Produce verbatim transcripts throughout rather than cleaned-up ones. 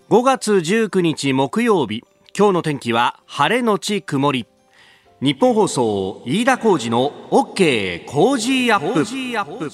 ごがつじゅうくにち木曜日、今日の天気は晴れのち曇り。日本放送飯田浩司の OK 工事アップ。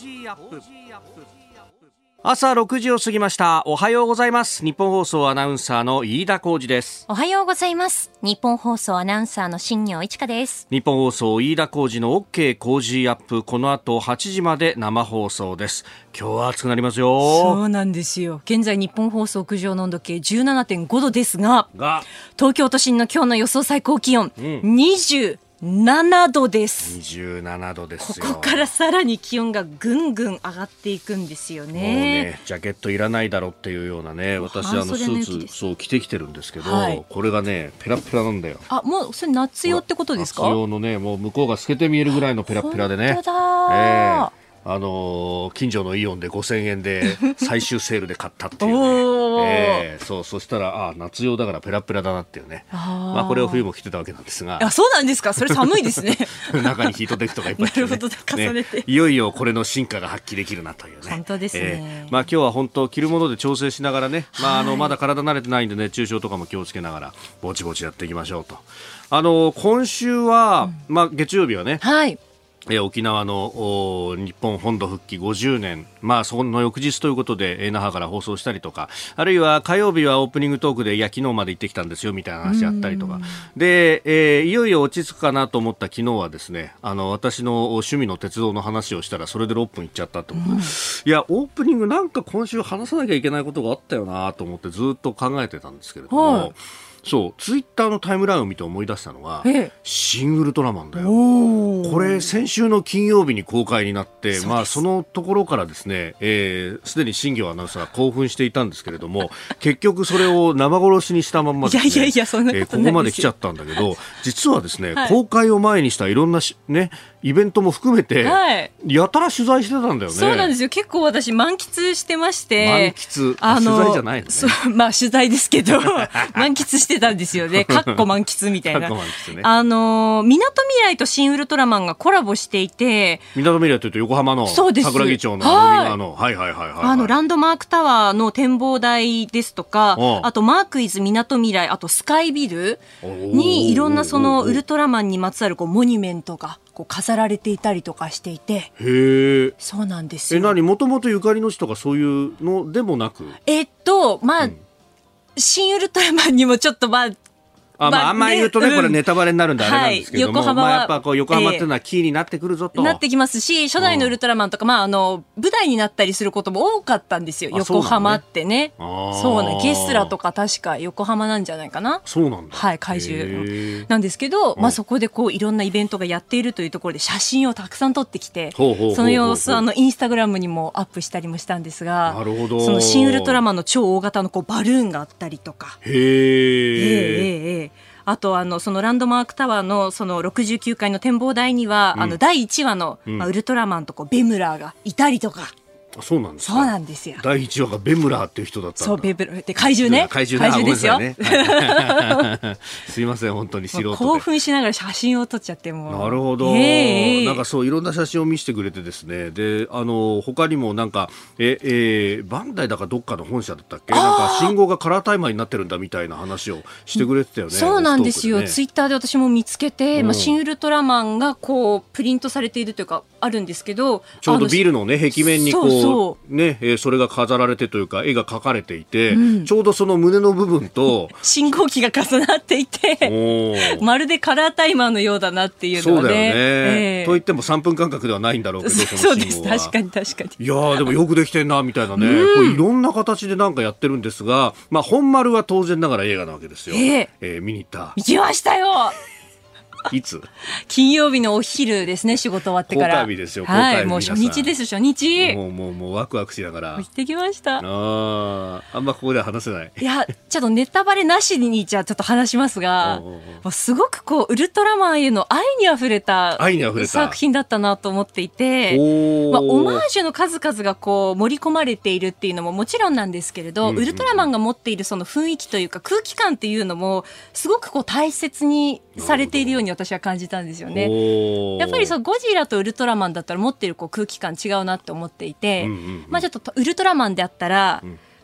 朝ろくじを過ぎました。おはようございます。日本放送アナウンサーの飯田浩司です。 おはようございます。日本放送アナウンサーの新業一華です。 日本放送飯田浩司の OK 工事アップ、この後はちじまで生放送です。今日は暑くなりますよ。 そうなんですよ。現在日本放送屋上の温度計 じゅうななてんごどですが、が東京都心の今日の予想最高気温、うん、にじゅうななどです。 にじゅうななどですよ。 ここからさらに気温がぐんぐん上がっていくんですよ ね, もうねジャケットいらないだろっていうようなね、私あのスーツそう着てきてるんですけど、はい、これがねペラペラなんだよ。 あ、もうそれ夏用ってことですか？ 夏用のね、もう向こうが透けて見えるぐらいのペラペラでね。 本当だ、 えーあのー、近所のイオンでごせんえんで最終セールで買ったっていうね、えー、そうそしたらあ夏用だからペラペラだなっていうね。あ、まあ、これを冬も着てたわけなんですが。 あ、そうなんですか。それ寒いですね中にヒートテックとかいっぱい着て、ね、 なるほど重ねて、 ね、いよいよこれの進化が発揮できるなというね。 本当ですね、 えーまあ、今日は本当着るもので調整しながらね、まあ、あのまだ体慣れてないんでね、熱中症とかも気をつけながらぼちぼちやっていきましょうと。あの今週は、うんまあ、月曜日はね、はいえー、沖縄の日本本土復帰ごじゅうねん、まあ、その翌日ということで、えー、那覇から放送したりとか、あるいは火曜日はオープニングトークでいや昨日まで行ってきたんですよみたいな話あったりとかで、えー、いよいよ落ち着くかなと思った昨日はですね、あの私の趣味の鉄道の話をしたらそれでろっぷんいっちゃったってことで、うん、いやオープニングなんか今週話さなきゃいけないことがあったよなと思ってずっと考えてたんですけれども、はい、そうツイッターのタイムラインを見て思い出したのが、ええ、シン・ウルトラマンだよ。これ先週の金曜日に公開になって、そ,、まあ、そのところからですね、えー、すでに新業アナウンサーが興奮していたんですけれども結局それを生殺しにしたまんまですね、いやいやいやそんなことないですよ、えー、ここまで来ちゃったんだけど、実はですね、はい、公開を前にしたいろんなし、ね、イベントも含めて、はい、やたら取材してたんだよね。 そうなんですよ。結構私満喫してまして。 満喫、あの取材じゃないのね。 そう、まあ取材ですけど満喫してたんですよね。かっこ満喫みたいな、ね、あのみなとみらいと新ウルトラマンがコラボしていて、 みなとみらいというと横浜の桜木町の海側の、はいはいはいはいはい、 あのランドマークタワーの展望台ですとか、あとマークイズみなとみらい、あとスカイビルにいろんなそのウルトラマンにまつわるこうモニュメントがこう飾られていたりとかしていて。 へー、 そうなんですよ。 え、何、もともとゆかりの地とかそういうのでもなく、 えっとまあ、うん、新ウルトラマンにもちょっとまああ, まあ、あんまり言うとね、うん、これネタバレになるんであれなんですけども、はい、横浜は、まあ、やっぱこう横浜っていうのはキーになってくるぞと、 えー、なってきますし、初代のウルトラマンとか、まあ、あの舞台になったりすることも多かったんですよ、横浜ってね。そうね、ゲスラとか確か横浜なんじゃないかな。 そうなんだ、 はい、怪獣なんですけど、まあ、そこでこういろんなイベントがやっているというところで写真をたくさん撮ってきて、その様子あのインスタグラムにもアップしたりもしたんですが、 なるほど、 その新ウルトラマンの超大型のこうバルーンがあったりとか、 へー、 えーえーあとあのそのランドマークタワーのそのろくじゅうきゅうかいの展望台には、うん、あのだいいちわの、うんまあ、ウルトラマンとこうベムラーがいたりとか。 そうなんですか。 そうなんですよ。 だいいちわがベムラーっていう人だったんだ。 そう、ベムラーって怪獣ね。 怪獣、 怪獣ですよ。 ね、すいません本当に素人で興奮しながら写真を撮っちゃっても。 なるほど、えー、なんかそういろんな写真を見せてくれてですね、であの他にもなんかえ、えー、バンダイだかどっかの本社だったっけ、なんか信号がカラータイマーになってるんだみたいな話をしてくれてたよね。 そうなんですよ、ね、ツイッターで私も見つけて、うんまあ、新ウルトラマンがこうプリントされているというかあるんですけど、 ちょうどビルのね壁面にこうそうそうね、えー、それが飾られてというか絵が描かれていて、うん、ちょうどその胸の部分と信号機が重なっていてまるでカラータイマーのようだなっていうのがね。そうだよね、 えー、といってもさんぷん間隔ではないんだろうけど、その信号は。 そうです、確かに確かに。 いやでもよくできてんなみたいなね、うん、こういろんな形でなんかやってるんですが、まあ、本丸は当然ながら映画なわけですよ、えーえー、見に行った。 行きましたよいつ？ 金曜日のお昼ですね、仕事終わってから。 公開日ですよ、公開日、 はい、もう初日です、初日。 もうもうもうワクワクしながら行ってきました。 ああんまここでは話せない。 いやちょっとネタバレなしにじゃあちょっと話しますが、おうおうおう、すごくこうウルトラマンへの愛にあふれた作品だったなと思っていて、お、まあ、オマージュの数々がこう盛り込まれているっていうのももちろんなんですけれど、うんうんうん、ウルトラマンが持っているその雰囲気というか空気感っていうのもすごくこう大切にされているように私は感じたんですよね。やっぱりそうゴジラとウルトラマンだったら持っているこう空気感違うなって思っていて、うんうんうん、まあ、ちょっとウルトラマンであったら、うん、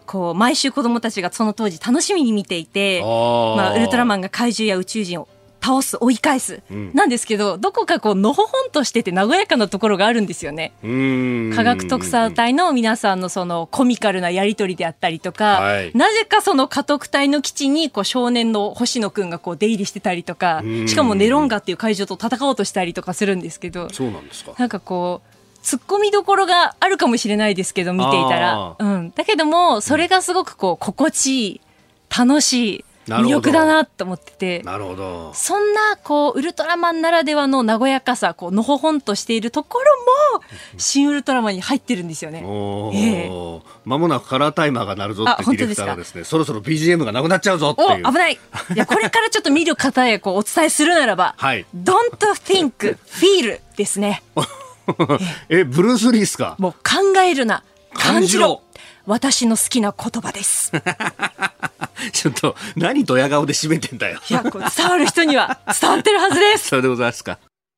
こう毎週子どもたちがその当時楽しみに見ていて、まあ、ウルトラマンが怪獣や宇宙人を倒す追い返す、うん、なんですけど、どこかこうのほほんとしてて和やかなところがあるんですよね。うーん、科学特捜隊の皆さんのそのコミカルなやり取りであったりとか、はい、なぜかその家督隊の基地にこう少年の星野くんがこう出入りしてたりとか、しかもネロンガっていう怪獣と戦おうとしたりとかするんですけど、 そうなんですか。 なんかこう突っ込みどころがあるかもしれないですけど、見ていたら、うん、だけどもそれがすごくこう心地いい、楽しい魅力だなと思ってて、 なるほど。 そんなこうウルトラマンならではの和やかさ、こうのほほんとしているところも新ウルトラマンに入ってるんですよね。 お、えー、間もなくカラータイマーが鳴るぞってディレクターがですね、そろそろ ビージーエム がなくなっちゃうぞっていう。 お、危ない。いや、これからちょっと見る方へこうお伝えするならば、はい、Don't think, feel ですね。 え、ブルース・リースか。 もう考えるな、感じろ、私の好きな言葉です。 ちょっと何ドヤ顔で締めてんだよ。 いや、こう伝わる人には伝わってるはずです。 それでございますか。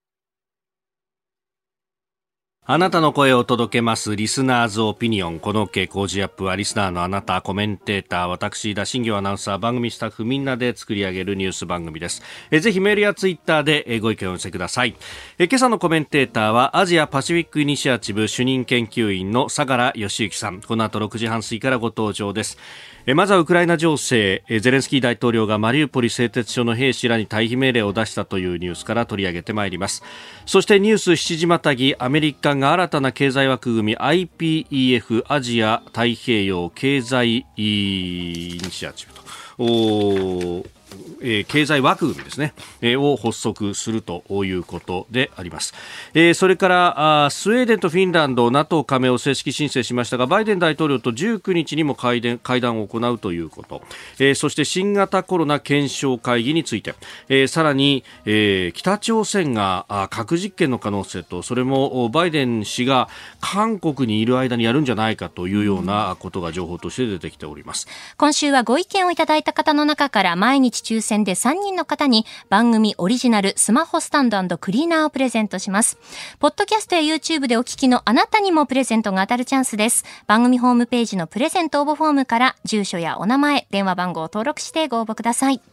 あなたの声を届けますリスナーズオピニオン。この OK 工事アップはリスナーのあなた、コメンテーター、私田新行アナウンサー、番組スタッフみんなで作り上げるニュース番組です。えぜひメールやツイッターでご意見をお寄せください。え今朝のコメンテーターはアジアパシフィックイニシアチブ主任研究員の相良義之さん。この後ろくじはん過ぎからご登場です。まずはウクライナ情勢、ゼレンスキー大統領がマリウポリ製鉄所の兵士らに退避命令を出したというニュースから取り上げてまいります。そしてニュースしちじまたぎ、アメリカが新たな経済枠組み アイピーイーエフ アジア太平洋経済イニシアチブとおえー、経済枠組みですね、えー、を発足するということであります。えー、それからあスウェーデンとフィンランド ナトー 加盟を正式申請しましたが、バイデン大統領とじゅうくにちにも会談、会談を行うということ、えー、そして新型コロナ検証会議について、えー、さらに、えー、北朝鮮があ核実験の可能性と、それもバイデン氏が韓国にいる間にやるんじゃないかというようなことが情報として出てきております。 今週はご意見をいただいた方の中から毎日抽選でさんにんの方に番組オリジナルスマホスタンド&クリーナーをプレゼントします。ポッドキャストや YouTube でお聞きのあなたにもプレゼントが当たるチャンスです。番組ホームページのプレゼント応募フォームから住所やお名前、電話番号を登録してご応募ください。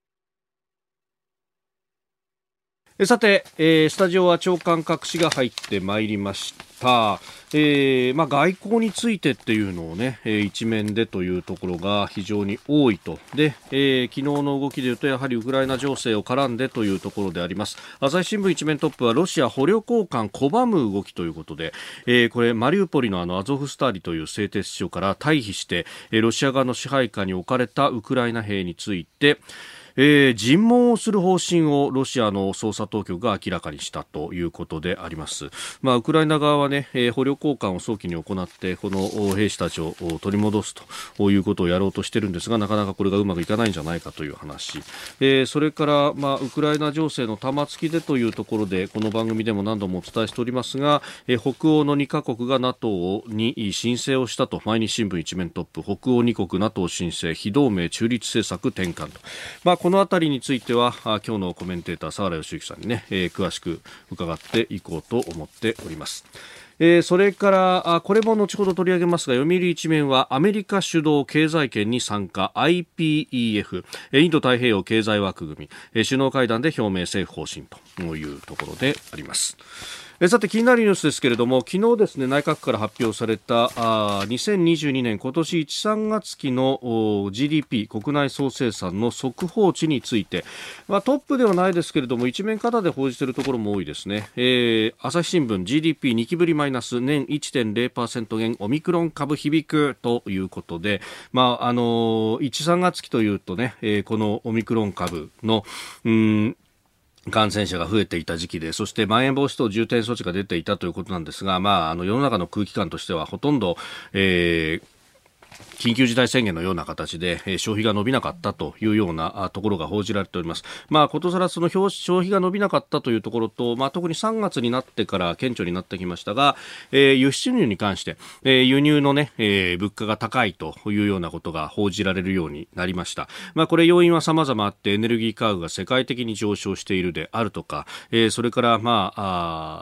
さて、えー、スタジオは長官各紙が入ってまいりました。えーまあ、外交についてっていうのをね、えー、一面でというところが非常に多いと。で、えー、昨日の動きでいうとやはりウクライナ情勢を絡んでというところであります。朝日新聞一面トップはロシア捕虜交換拒む動きということで、えー、これマリウポリのあのアゾフスターリという製鉄所から退避して、えー、ロシア側の支配下に置かれたウクライナ兵についてえー、尋問をする方針をロシアの捜査当局が明らかにしたということであります。まあ、ウクライナ側はね、えー、捕虜交換を早期に行ってこの兵士たちを取り戻すということをやろうとしてるんですが、なかなかこれがうまくいかないんじゃないかという話、えー、それから、まあ、ウクライナ情勢の玉突きでというところでこの番組でも何度もお伝えしておりますが、えー、北欧のにカ国が ナトー に申請をしたと。毎日新聞一面トップ、北欧に国 ナトー 申請、非同盟中立政策転換と。まあこのあたりについては今日のコメンテーター相良義之さんにね、えー、詳しく伺っていこうと思っております。えー、それからこれも後ほど取り上げますが、読売一面はアメリカ主導経済圏に参加 アイピーイーエフ インド太平洋経済枠組み、首脳会談で表明政府方針というところであります。さて気になるニュースですけれども、昨日ですね、内閣から発表されたあにせんにじゅうにねん今年いち、さんがつ期の ジーディーピー 国内総生産の速報値について、まあ、トップではないですけれども一面肩で報じているところも多いですね。えー、朝日新聞 ジーディーピーに 期ぶりマイナス年 いってんれいパーセント 減、オミクロン株響くということで、まああのいち、さんがつ期というとね、えー、このオミクロン株のうーん感染者が増えていた時期で、そしてまん延防止等重点措置が出ていたということなんですが、まあ、あの世の中の空気感としてはほとんど、えー緊急事態宣言のような形で消費が伸びなかったというようなところが報じられております。まあ、ことさらその消費が伸びなかったというところと、まあ、特にさんがつになってから顕著になってきましたが、えー、輸出入に関して、えー、輸入の、ねえー、物価が高いというようなことが報じられるようになりました。まあ、これ要因は様々あって、エネルギー価格が世界的に上昇しているであるとか、えー、それからまああ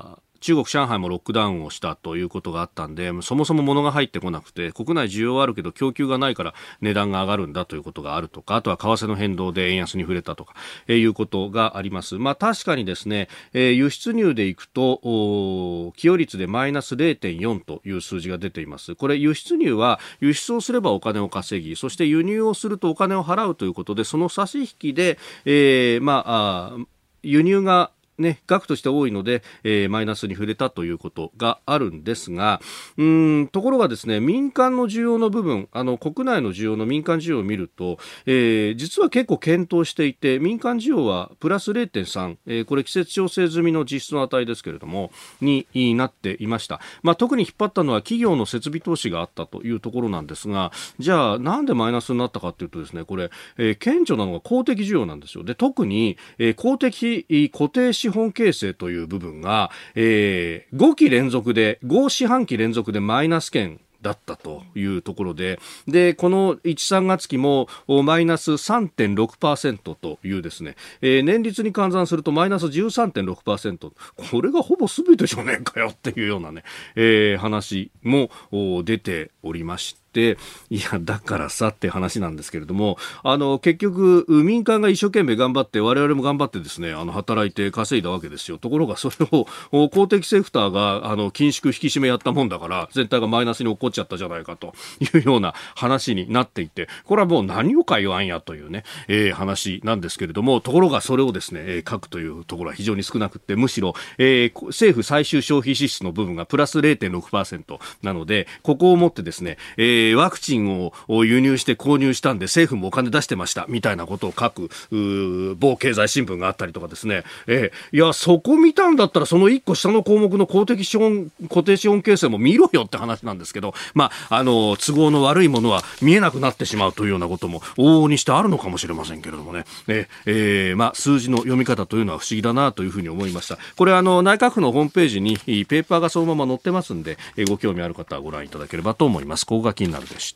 中国上海もロックダウンをしたということがあったんで、そもそも物が入ってこなくて国内需要はあるけど供給がないから値段が上がるんだということがあるとか、あとは為替の変動で円安に触れたとか、えー、いうことがあります。まあ、確かにですね、えー、輸出入でいくと寄与率でマイナス れいてんよん という数字が出ています。これ輸出入は輸出をすればお金を稼ぎ、そして輸入をするとお金を払うということで、その差し引きで、えー、まあ、あ輸入がね、額として多いので、えー、マイナスに触れたということがあるんですが、うーんところがですね、民間の需要の部分、あの国内の需要の民間需要を見ると、えー、実は結構検討していて、民間需要はプラス れいてんさん、えー、これ季節調整済みの実質の値ですけれどもになっていました。まあ、特に引っ張ったのは企業の設備投資があったというところなんですが、じゃあなんでマイナスになったかというとですね、これ、えー、顕著なのが公的需要なんですよ。で、特に、えー、公的固定資本形成という部分が、えー、ごき連続でご四半期連続でマイナス圏だったというところで、でこのいち、さんがつ期もマイナス さんてんろくパーセント というですね、えー、年率に換算するとマイナス じゅうさんてんろくパーセント、 これがほぼ全てじゃねえかよっていうようなね、えー、話も出ておりまして、いやだからさって話なんですけれども、あの結局民間が一生懸命頑張って我々も頑張ってですね、あの働いて稼いだわけですよ。ところがそれを公的セクターがあの緊縮引き締めやったもんだから全体がマイナスに落っこっちゃったじゃないかというような話になっていて、これはもう何をか言わんやというね、えー、話なんですけれども、ところがそれをですね、えー、書くというところは非常に少なくて、むしろ、えー、政府最終消費支出の部分がプラス れいてんろくパーセント なので、ここをもってですね、えーワクチンを輸入して購入したんで政府もお金出してましたみたいなことを書く某経済新聞があったりとかですね、えー、いやそこ見たんだったらそのいっこ下の項目の公的資本固定資本形成も見ろよって話なんですけど、まあ、あの都合の悪いものは見えなくなってしまうというようなことも往々にしてあるのかもしれませんけれどもね、えーえーまあ、数字の読み方というのは不思議だなというふうに思いました。これあの内閣府のホームページにペーパーがそのまま載ってますんで、ご興味ある方はご覧いただければと思います。ここが気になるでした。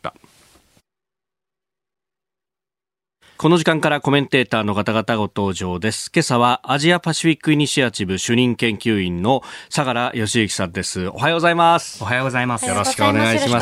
この時間からコメンテーターの方々ご登場です。今朝はアジアパシフィックイニシアチブ主任研究員の相良義之さんです。おはようございます。 おはようございます。 よろしくお願いします。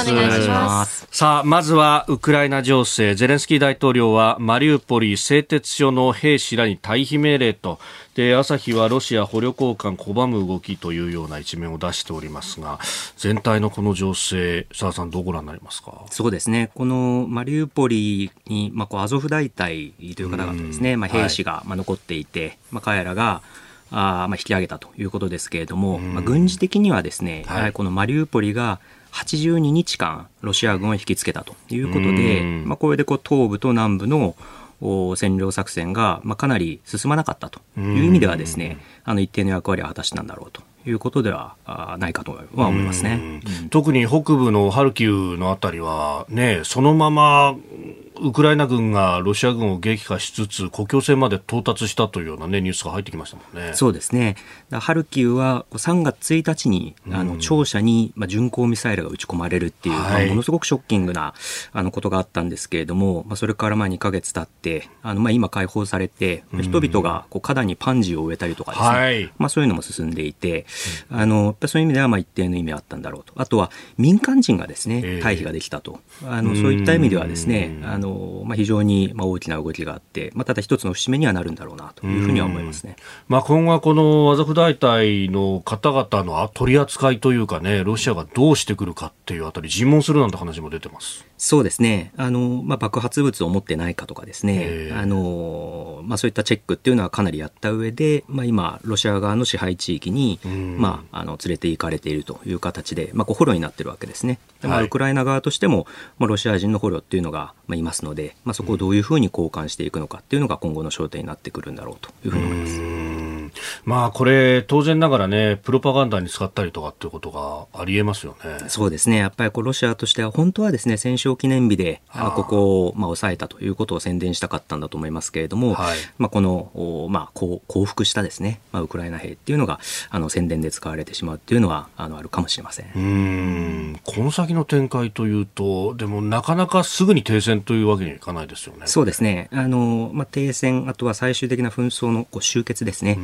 さあ、まずはウクライナ情勢、ゼレンスキー大統領はマリウポリ製鉄所の兵士らに退避命令と、で朝日はロシア捕虜交換拒む動きというような一面を出しておりますが、全体のこの情勢、澤さんどうご覧になりますか？ そうですね、このマリウポリに、まあ、こうアゾフ大隊という方々ですね、まあ、兵士が、まあ、残っていて、はい、まあ、彼らがあ、まあ、引き上げたということですけれども、まあ、軍事的にはですね、はい、このマリウポリがはちじゅうににちかんロシア軍を引きつけたということで、まあ、これでこう東部と南部の占領作戦が、まあ、かなり進まなかったという意味ではですね、あの一定の役割を果たしたんだろうということではないかとは思いますね。 うん、特に北部のハルキウのあたりはね、そのままウクライナ軍がロシア軍を撃破しつつ国境線まで到達したというような、ね、ニュースが入ってきましたもんね。 そうですね、ハルキウはさんがつついたちにあの庁舎にまあ巡航ミサイルが撃ち込まれるっていう、はい、まあ、ものすごくショッキングなあのことがあったんですけれども、まあ、それからまあにかげつ経ってあのまあ今解放されて、人々がこう花壇にパンジーを植えたりとかですね、はい、まあ、そういうのも進んでいて、あのやっぱりそういう意味ではまあ一定の意味があったんだろうと。あとは民間人がですね退避ができたと、あのそういった意味ではですね、あの、まあ、非常にまあ大きな動きがあって、まあ、ただ一つの節目にはなるんだろうなというふうには思いますね。 まあ、今後はこのアゾフ大隊の方々の取り扱いというかね、ロシアがどうしてくるかっていうあたり尋問するなんて話も出てます。 そうですね、あの、まあ、爆発物を持ってないかとかですね、あの、まあ、そういったチェックっていうのはかなりやった上で、まあ、今ロシア側の支配地域に、まあ、あの連れて行かれているという形で、まあ、こう捕虜になっているわけですね。で、まあ、ウクライナ側としても、まあ、ロシア人の捕虜っていうのが、まあ、いますので、まあ、そこをどういうふうに交換していくのかっていうのが今後の焦点になってくるんだろうというふうに思います。 うーん、まあ、これ当然ながらね、プロパガンダに使ったりとかっていうことがありえますよね。 そうですね、やっぱりこうロシアとしては本当はですね、戦勝記念日であのここをまあ抑えたということを宣伝したかったんだと思いますけれども、はい、まあ、この、まあ、降伏したですね、まあ、ウクライナ兵っていうのがあの宣伝で使われてしまうっていうのはあのあるかもしれません。 うーん、この先の展開というと、でもなかなかすぐに停戦というわけにはいかないですよね。 そうですね、あの、まあ、停戦、あとは最終的な紛争のこう終結ですね、まで向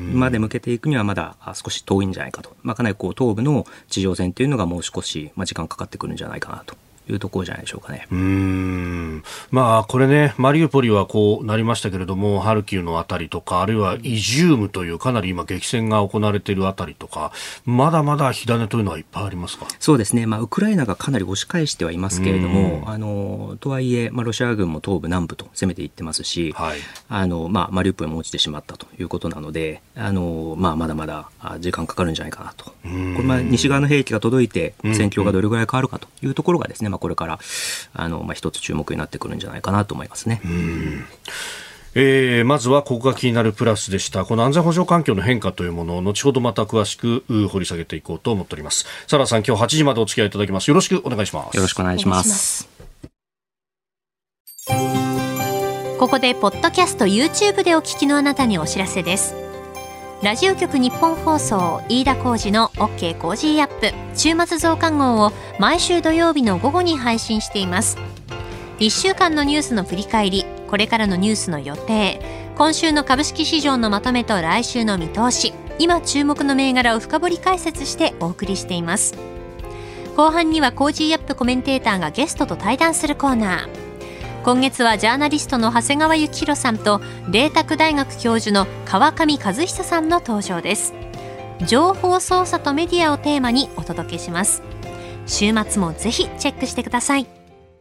けていくにはまだ少し遠いんじゃないかと、まあ、かなりこう東部の地上戦というのがもう少し、まあ、時間かかってくるんじゃないかなというところじゃないでしょうかね。 うーん、まあこれね、マリウポリはこうなりましたけれども、ハルキウのあたりとか、あるいはイジュームというかなり今激戦が行われているあたりとか、まだまだ火種というのはいっぱいありますか？ そうですね、まあ、ウクライナがかなり押し返してはいますけれども、あのとはいえ、まあ、ロシア軍も東部南部と攻めていってますし、はい、あのまあ、マリウポリも落ちてしまったということなので、あの、まあ、まだまだ時間かかるんじゃないかなと。これまあ西側の兵器が届いて戦況がどれぐらい変わるかというところがですね、まあ、これからあの、まあ、一つ注目になってくるんじゃないかなと思いますね。 うん、えー、まずはここが気になるプラスでした。この安全保障環境の変化というものを後ほどまた詳しく掘り下げていこうと思っております。サラさん、今日はちじまでお付き合いいただきます。よろしくお願いします。 よろしくお願いします。 ここでポッドキャスト YouTube でお聞きのあなたにお知らせです。ラジオ局日本放送飯田浩司の OK コージーアップ週末増刊号を毎週土曜日の午後に配信しています。いっしゅうかんのニュースの振り返り、これからのニュースの予定、今週の株式市場のまとめと来週の見通し、今注目の銘柄を深掘り解説してお送りしています。後半にはコージーアップコメンテーターがゲストと対談するコーナー。今月はジャーナリストの長谷川幸宏さんと麗澤大学教授の川上和久さんの登場です。情報操作とメディアをテーマにお届けします。週末もぜひチェックしてください。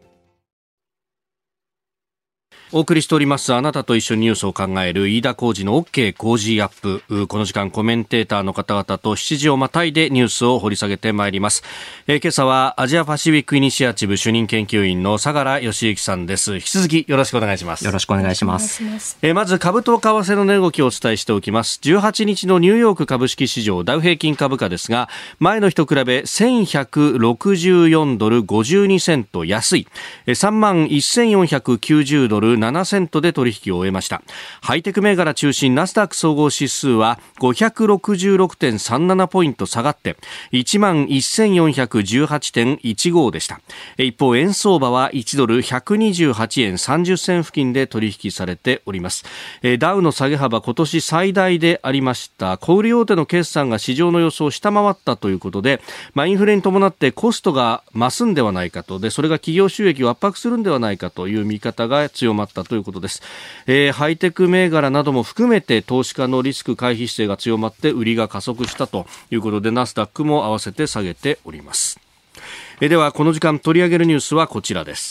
お送りしておりますあなたと一緒にニュースを考える飯田浩司の OK コージーアップ。この時間コメンテーターの方々としちじをまたいでニュースを掘り下げてまいります。えー、今朝はアジアパシフィックイニシアチブ主任研究員の相良義之さんです。引き続きよろしくお願いします。 よろしくお願いします。 えー、まず株と為替の値動きをお伝えしておきます。じゅうはちにちのニューヨーク株式市場ダウ平均株価ですが、前の日と比べせんひゃくろくじゅうよんドルごじゅうにセント安いさんまんせんよんひゃくきゅうじゅうドルななセントで取引を終えました。ハイテク銘柄中心ナスダック総合指数は ごひゃくろくじゅうろくてんさんなな ポイント下がって いちまんせんよんひゃくじゅうはちてんいちご でした。一方円相場はいちドルひゃくにじゅうはちえんさんじゅっせん付近で取引されております。ダウの下げ幅今年最大でありました。小売大手の決算が市場の予想を下回ったということで、まあ、インフレに伴ってコストが増すんではないかと、でそれが企業収益を圧迫するんではないかという見方が強まったということです。えー、ハイテク銘柄なども含めて投資家のリスク回避姿勢が強まって売りが加速したということで、ナスダックも合わせて下げております。えー、ではこの時間取り上げるニュースはこちらです。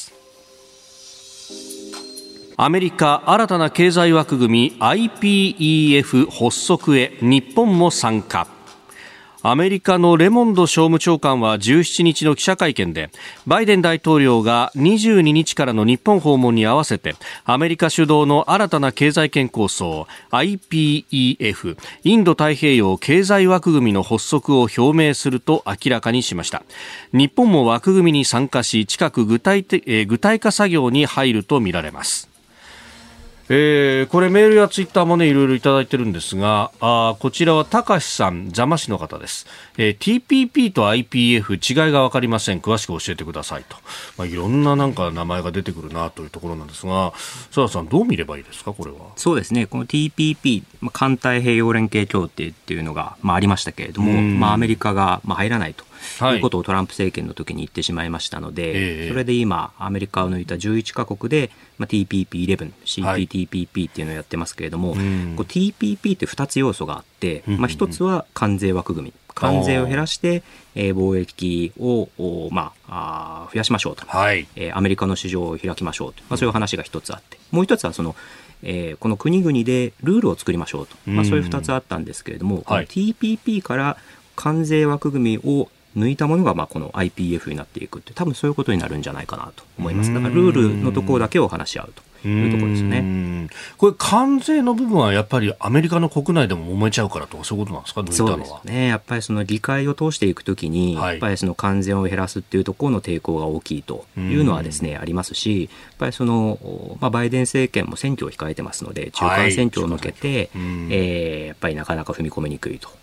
アメリカ新たな経済枠組み アイピーイーエフ 発足へ日本も参加。アメリカのレモンド商務長官はじゅうしちにちの記者会見で、バイデン大統領がにじゅうににちからの日本訪問に合わせてアメリカ主導の新たな経済圏構想 アイピーイーエフ インド太平洋経済枠組みの発足を表明すると明らかにしました。日本も枠組みに参加し、近く具体的、えー、具体化作業に入るとみられます。えー、これメールやツイッターもねいろいろいただいてるんですが、あこちらは高橋さん座間市の方です。えー、ティーピーピー と アイピーイーエフ 違いが分かりません、詳しく教えてくださいと、まあ、いろんななんか名前が出てくるなというところなんですが、佐田さんどう見ればいいですか？これは。 そうですね、この ティーピーピー、環太平洋連携協定っていうのが、まあ、ありましたけれども、まあ、アメリカが、まあ、入らないとということをトランプ政権の時に言ってしまいましたので、はい、それで今アメリカを抜いたじゅういちカ国で、まあ、ティーピーピーイレブン、シーピーティーピーピー っていうのをやってますけれども、はい、こう ティーピーピー ってふたつ要素があって、まあ、ひとつは関税枠組み、関税を減らして、えー、貿易を、まあ、あ増やしましょうと、はい、えー、アメリカの市場を開きましょうと、まあ、そういう話がひとつあって、もうひとつはそのえー、この国々でルールを作りましょうと、まあ、そういうふたつあったんですけれども、はい、ティーピーピー から関税枠組みを抜いたものがまあこの アイピーイーエフ になっていくって、多分そういうことになるんじゃないかなと思います。だからルールのところだけを話し合うというところですね。 これ関税の部分はやっぱりアメリカの国内でも揉めちゃうからとか、そういうことなんですか？抜いたのは。 そうですね、やっぱりその議会を通していくときに、はい、やっぱりその関税を減らすっていうところの抵抗が大きいというのはですねありますし、やっぱりその、まあ、バイデン政権も選挙を控えてますので、中間選挙を抜けて、はい、えー、やっぱりなかなか踏み込みにくいと。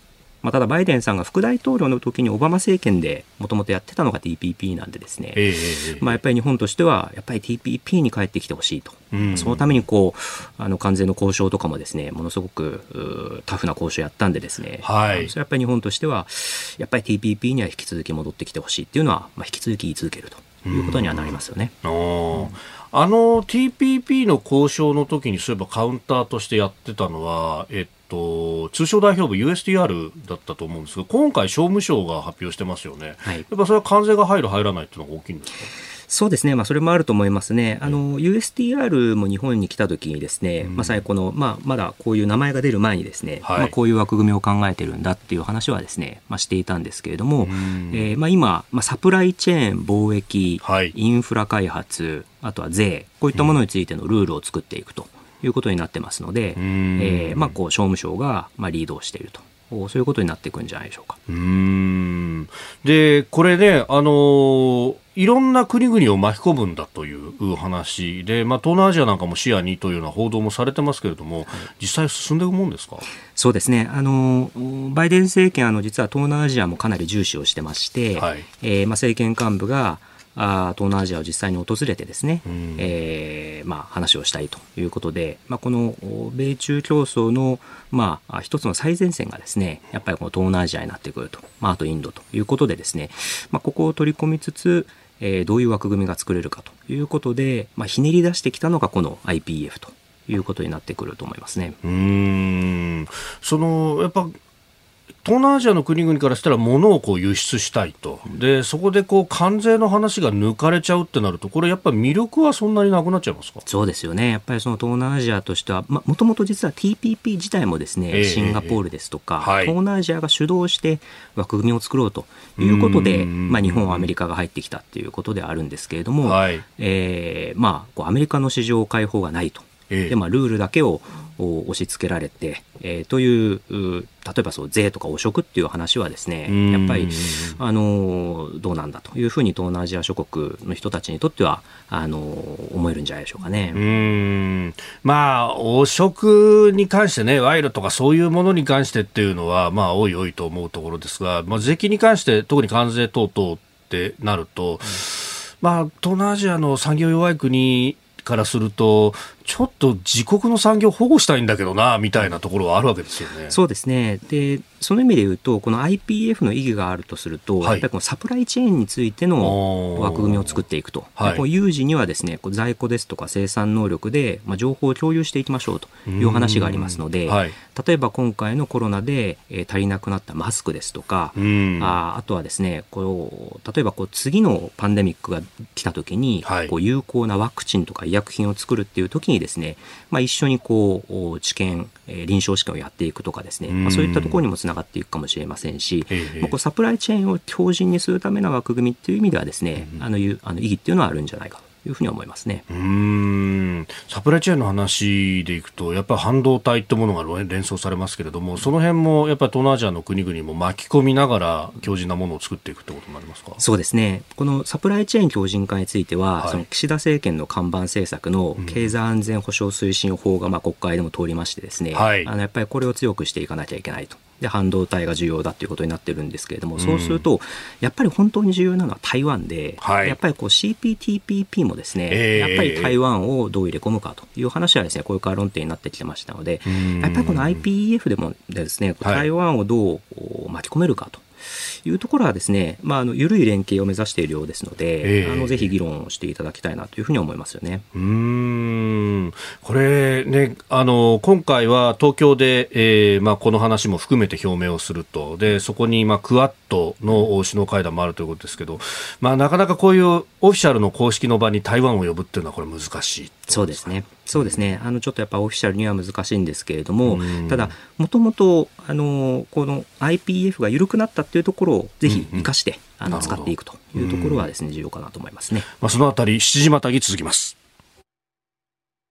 まあ、ただバイデンさんが副大統領の時にオバマ政権でもともとやってたのが ティーピーピー なんでですね、えーまあ、やっぱり日本としてはやっぱり ティーピーピー に帰ってきてほしいと、うん、そのためにこうあの関税の交渉とかもですねものすごくタフな交渉やったんでですね、はい、それやっぱり日本としてはやっぱり ティーピーピー には引き続き戻ってきてほしいっていうのは、まあ、引き続き言い続けるということにはなりますよね。 うん、ああの ティーピーピー の交渉の時にそういえばカウンターとしてやってたのは、えっと、通商代表部 ユーエスディーアール だったと思うんですが、今回商務省が発表してますよね、はい、やっぱそれは関税が入る入らないっていうのが大きいんですか？ そうですね、まあ、それもあると思いますね。あの ユーエスディーアール も日本に来たときにですね、うん、まさにこの、まあ、まだこういう名前が出る前にですね、はい、まあ、こういう枠組みを考えてるんだっていう話はですね、まあ、していたんですけれども、うん、えーまあ、今、まあ、サプライチェーン、貿易、はい、インフラ開発、あとは税、こういったものについてのルールを作っていくということになってますので、うん、えーまあ、こう商務省がまあリードをしていると。そういうことになっていくんじゃないでしょうか。 うーんでこれね、あのー、いろんな国々を巻き込むんだという話で、まあ、東南アジアなんかも視野にというような報道もされてますけれども、はい、実際進んでいくもんですか？ そうですね、あのバイデン政権あの実は東南アジアもかなり重視をしてまして、はい、えーまあ、政権幹部があ東南アジアを実際に訪れてですね、うん、えーまあ、話をしたいということで、まあ、この米中競争の、まあ、一つの最前線がですねやっぱりこの東南アジアになってくると、まあ、あとインドということでですね、まあ、ここを取り込みつつ、えー、どういう枠組みが作れるかということで、まあ、ひねり出してきたのがこの アイピーエフ ということになってくると思いますね。 うーんそのやっぱ東南アジアの国々からしたら物をこう輸出したいと、でそこでこう関税の話が抜かれちゃうってなると、これやっぱり魅力はそんなになくなっちゃいますか？ そうですよね、やっぱりその東南アジアとしてはもともと実は ティーピーピー 自体もですね、えー、シンガポールですとか、えーはい、東南アジアが主導して枠組みを作ろうということで、まあ、日本、アメリカが入ってきたということであるんですけれども、はい、えーまあ、こうアメリカの市場開放がないと、えーでまあ、ルールだけを押し付けられて、えー、という例えばそう税とか汚職っていう話はですねやっぱりあのどうなんだというふうに東南アジア諸国の人たちにとってはあの思えるんじゃないでしょうかね。 うーんまあ汚職に関してね、賄賂とかそういうものに関してっていうのはまあおいおいと思うところですが、まあ、税金に関して特に関税等々ってなると、うん、まあ東南アジアの産業弱い国からするとちょっと自国の産業を保護したいんだけどなみたいなところはあるわけですよね。 そうですね。でその意味で言うとこの アイピーエフ の意義があるとすると、はい、やっぱりこのサプライチェーンについての枠組みを作っていくと、はい、こう有事にはですねこう在庫ですとか生産能力で、まあ、情報を共有していきましょうという話がありますので、はい、例えば今回のコロナで、えー、足りなくなったマスクですとか、あ, あとはですねこう例えばこう次のパンデミックが来た時に、はい、こう有効なワクチンとか医薬品を作るっていう時にですね、まあ、一緒にこう治験、えー、臨床試験をやっていくとかですね、まあ、そういったところにもつながっていくかもしれませんし、まあ、こうサプライチェーンを強靭にするための枠組みっていう意味ではですね、あのあの意義っていうのはあるんじゃないかというふうに思いますね。 うーんサプライチェーンの話でいくとやっぱり半導体ってものが連想されますけれども、その辺もやっぱり東南アジアの国々も巻き込みながら強靭なものを作っていくってことになりますか？ そうですね。このサプライチェーン強靭化については、はい、その岸田政権の看板政策の経済安全保障推進法がまあ国会でも通りましてですね、はい、あのやっぱりこれを強くしていかなきゃいけないと。で半導体が重要だということになってるんですけれども、そうするとやっぱり本当に重要なのは台湾で、はい、やっぱりこう シーピーティーピーピー もですね、えー、やっぱり台湾をどう入れ込むかという話はですねこれから論点になってきてましたので、やっぱりこの アイピーエフ でもですね台湾をどう巻き込めるかというところはですね、まあ、あの緩い連携を目指しているようですので、えー、あのぜひ議論をしていただきたいなというふうに思いますよね。 うーんこれね、あの今回は東京で、えーまあ、この話も含めて表明をすると、でそこに、まあ、クアッドの首脳会談もあるということですけど、まあ、なかなかこういうオフィシャルの公式の場に台湾を呼ぶっていうのはこれ難しい。 そうですね。そうですね。あのちょっとやっぱオフィシャルには難しいんですけれども、ただもともとあのこの アイピーエフ が緩くなったっていうところをぜひ生かして、うんうん、あの使っていくというところはですね重要かなと思いますね。 まあ、そのあたりしちじまたぎ続きます。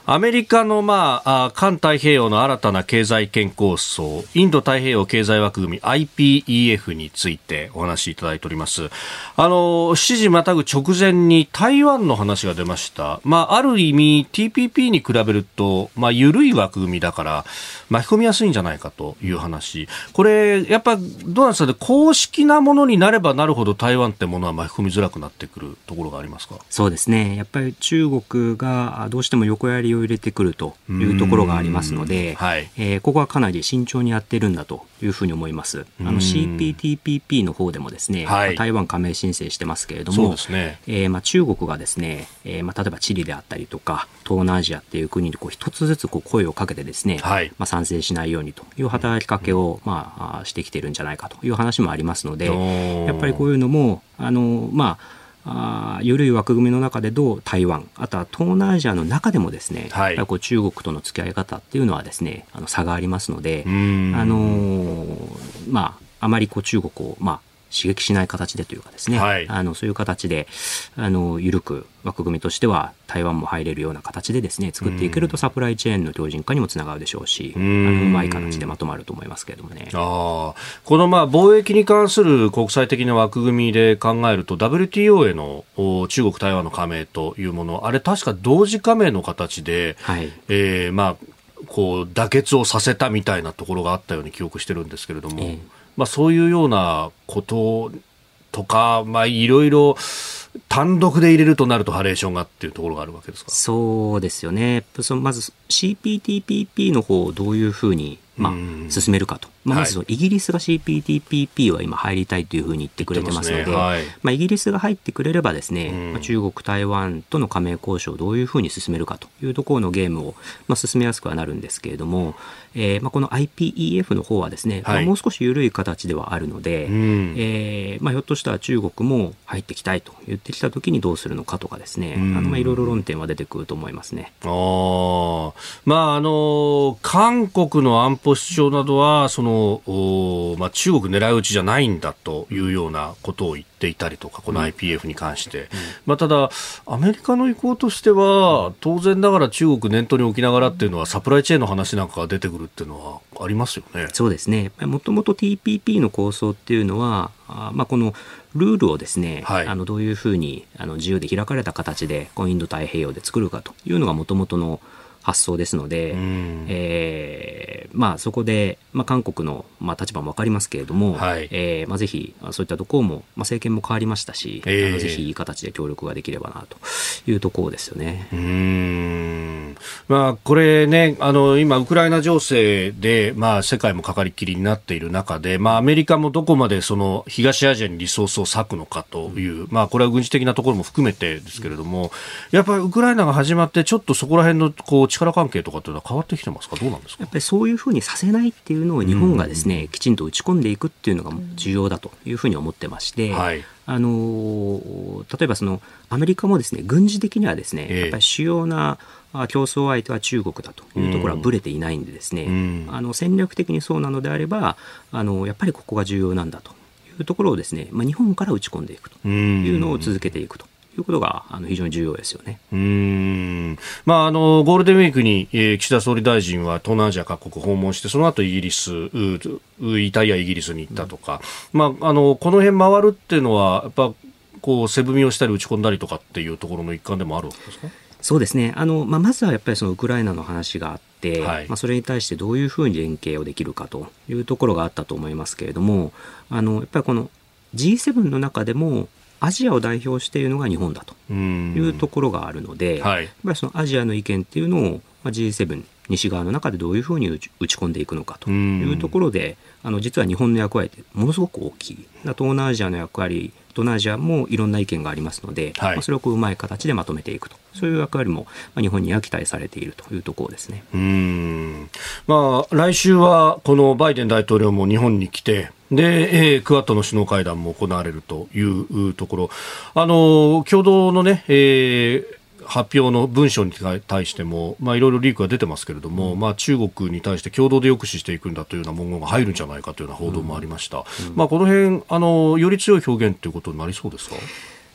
アメリカの、まあ、環太平洋の新たな経済圏構想、インド太平洋経済枠組み アイピーイーエフ についてお話しいただいております。あのしちじまたぐ直前に台湾の話が出ました。まあ、ある意味 ティーピーピー に比べると、まあ、緩い枠組みだから巻き込みやすいんじゃないかという話。これやっぱどうなんですかね、公式なものになればなるほど台湾ってものは巻き込みづらくなってくるところがありますか？ そうですね、やっぱり中国がどうしても横やりを入れてくるというところがありますので、はい、えー、ここはかなり慎重にやっているんだというふうに思います。あの シーピーティーピーピー の方でもですね、はい、台湾加盟申請してますけれども、そうですね、えーまあ、中国がですね、えーまあ、例えばチリであったりとか東南アジアっていう国にこう一つずつこう声をかけてですね、はい、まあ、賛成しないようにという働きかけを、まあ、してきているんじゃないかという話もありますので、やっぱりこういうのもあの、まああ緩い枠組みの中でどう台湾、あとは東南アジアの中でもですね、はい、やっぱりこう中国との付き合い方っていうのはですね、あの差がありますので、あのー、まああまりこう中国をまあ刺激しない形でというかですね、はい、あのそういう形であの緩く枠組みとしては台湾も入れるような形でですね作っていけるとサプライチェーンの強靭化にもつながるでしょうし、う, あのうまい形でまとまると思いますけれどもね。 あこのまあ貿易に関する国際的な枠組みで考えると ダブリューティーオー への中国台湾の加盟というもの、あれ確か同時加盟の形で、はい、えー、まあこう妥結をさせたみたいなところがあったように記憶してるんですけれども、えーまあ、そういうようなこととか、まあ、いろいろ単独で入れるとなるとハレーションがっていうところがあるわけですか？ そうですよね。そのまず シーピーティーピーピー の方をどういうふうに、まあ、進めるかと、まあ、まずそのイギリスが シーピーティーピーピー は今入りたいというふうに言ってくれてますので、ね、はい、まあ、イギリスが入ってくれればですね、まあ、中国台湾との加盟交渉をどういうふうに進めるかというところのゲームを、まあ、進めやすくはなるんですけれども、えーまあ、この アイピーイーエフ の方はですね、はい、まあ、もう少し緩い形ではあるので、うん、えーまあ、ひょっとしたら中国も入ってきたいと言ってきたときにどうするのかとかですね、うん、あのまあいろいろ論点は出てくると思いますね。 あ、まあ、あの韓国の安保主張などはその、まあ、中国狙い撃ちじゃないんだというようなことを言っていたりとか、この アイピーエフ に関して、うん、まあ、ただアメリカの意向としては当然ながら中国念頭に置きながらっていうのはサプライチェーンの話なんかが出てくるっていうのはありますよね。 そうですね。もともと ティーピーピー の構想っていうのはあ、まあ、このルールをですね、はい、あのどういうふうにあの自由で開かれた形でこのインド太平洋で作るかというのがもともとの発想ですので、えーまあ、そこで、まあ、韓国の、まあ、立場も分かりますけれども、はい、えーまあ、ぜひそういったところも、まあ、政権も変わりましたし、えー、あのぜひいい形で協力ができればなというところですよね。 うーん、まあ、これね、あの今ウクライナ情勢で、まあ、世界もかかりきりになっている中で、まあ、アメリカもどこまでその東アジアにリソースを割くのかという、うん、まあ、これは軍事的なところも含めてですけれども、やっぱりウクライナが始まってちょっとそこら辺のこう力関係とかっていうのは変わってきてますか？どうなんですか？ やっぱりそういうふうにさせないっていうのを日本がですね、うん、きちんと打ち込んでいくっていうのが重要だというふうに思ってまして、はい、あの例えばそのアメリカもですね軍事的にはですね、えー、やっぱり主要な競争相手は中国だというところはぶれていないんでですね、うん、あの戦略的にそうなのであればあのやっぱりここが重要なんだというところをですね、まあ、日本から打ち込んでいくというのを続けていくということがあの非常に重要ですよね。 うーん、まあ、あのゴールデンウィークに、えー、岸田総理大臣は東南アジア各国訪問して、その後イギリス、イタリアイギリスに行ったとか、うん、まあ、あのこの辺回るっていうのはやっぱこう背踏みをしたり打ち込んだりとかっていうところの一環でもあるわけですか？ そうですね。あの、まあ、まずはやっぱりそのウクライナの話があって、はい、まあ、それに対してどういうふうに連携をできるかというところがあったと思いますけれども、あのやっぱりこの ジーセブン の中でもアジアを代表しているのが日本だというところがあるので、はい、やっぱりそのアジアの意見っていうのを ジーセブン 西側の中でどういうふうに打ち込んでいくのかというところで、あの実は日本の役割ってものすごく大きい。東南アジアの役割、東南アジアもいろんな意見がありますので、はい、まあ、それをこううまい形でまとめていくと、そういう役割も日本には期待されているというところですね。 うーん、まあ、来週はこのバイデン大統領も日本に来て、で、えー、クアッドの首脳会談も行われるというところ、あの共同のね、えー発表の文書に対しても、まあ、いろいろリークが出てますけれども、うん、まあ、中国に対して共同で抑止していくんだというような文言が入るんじゃないかというような報道もありました。うんうん、まあ、この辺あのより強い表現ということになりそうですか？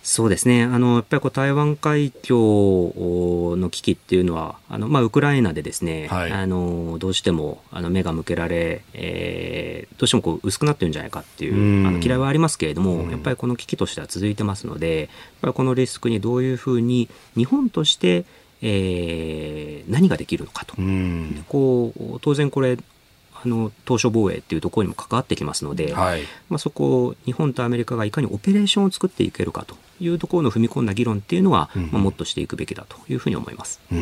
そうですね。あのやっぱりこう台湾海峡の危機っていうのはあの、まあ、ウクライナでですね、はい、あのどうしてもあの目が向けられ、えー、どうしてもこう薄くなってるんじゃないかっていうあの嫌いはありますけれども、やっぱりこの危機としては続いてますので、やっぱりこのリスクにどういうふうに日本として、えー、何ができるのかと。こう当然これあの島しょ防衛っていうところにも関わってきますので、はい、まあ、そこを日本とアメリカがいかにオペレーションを作っていけるかというところの踏み込んだ議論っていうのは、うん、まあ、もっとしていくべきだというふうに思います。うん、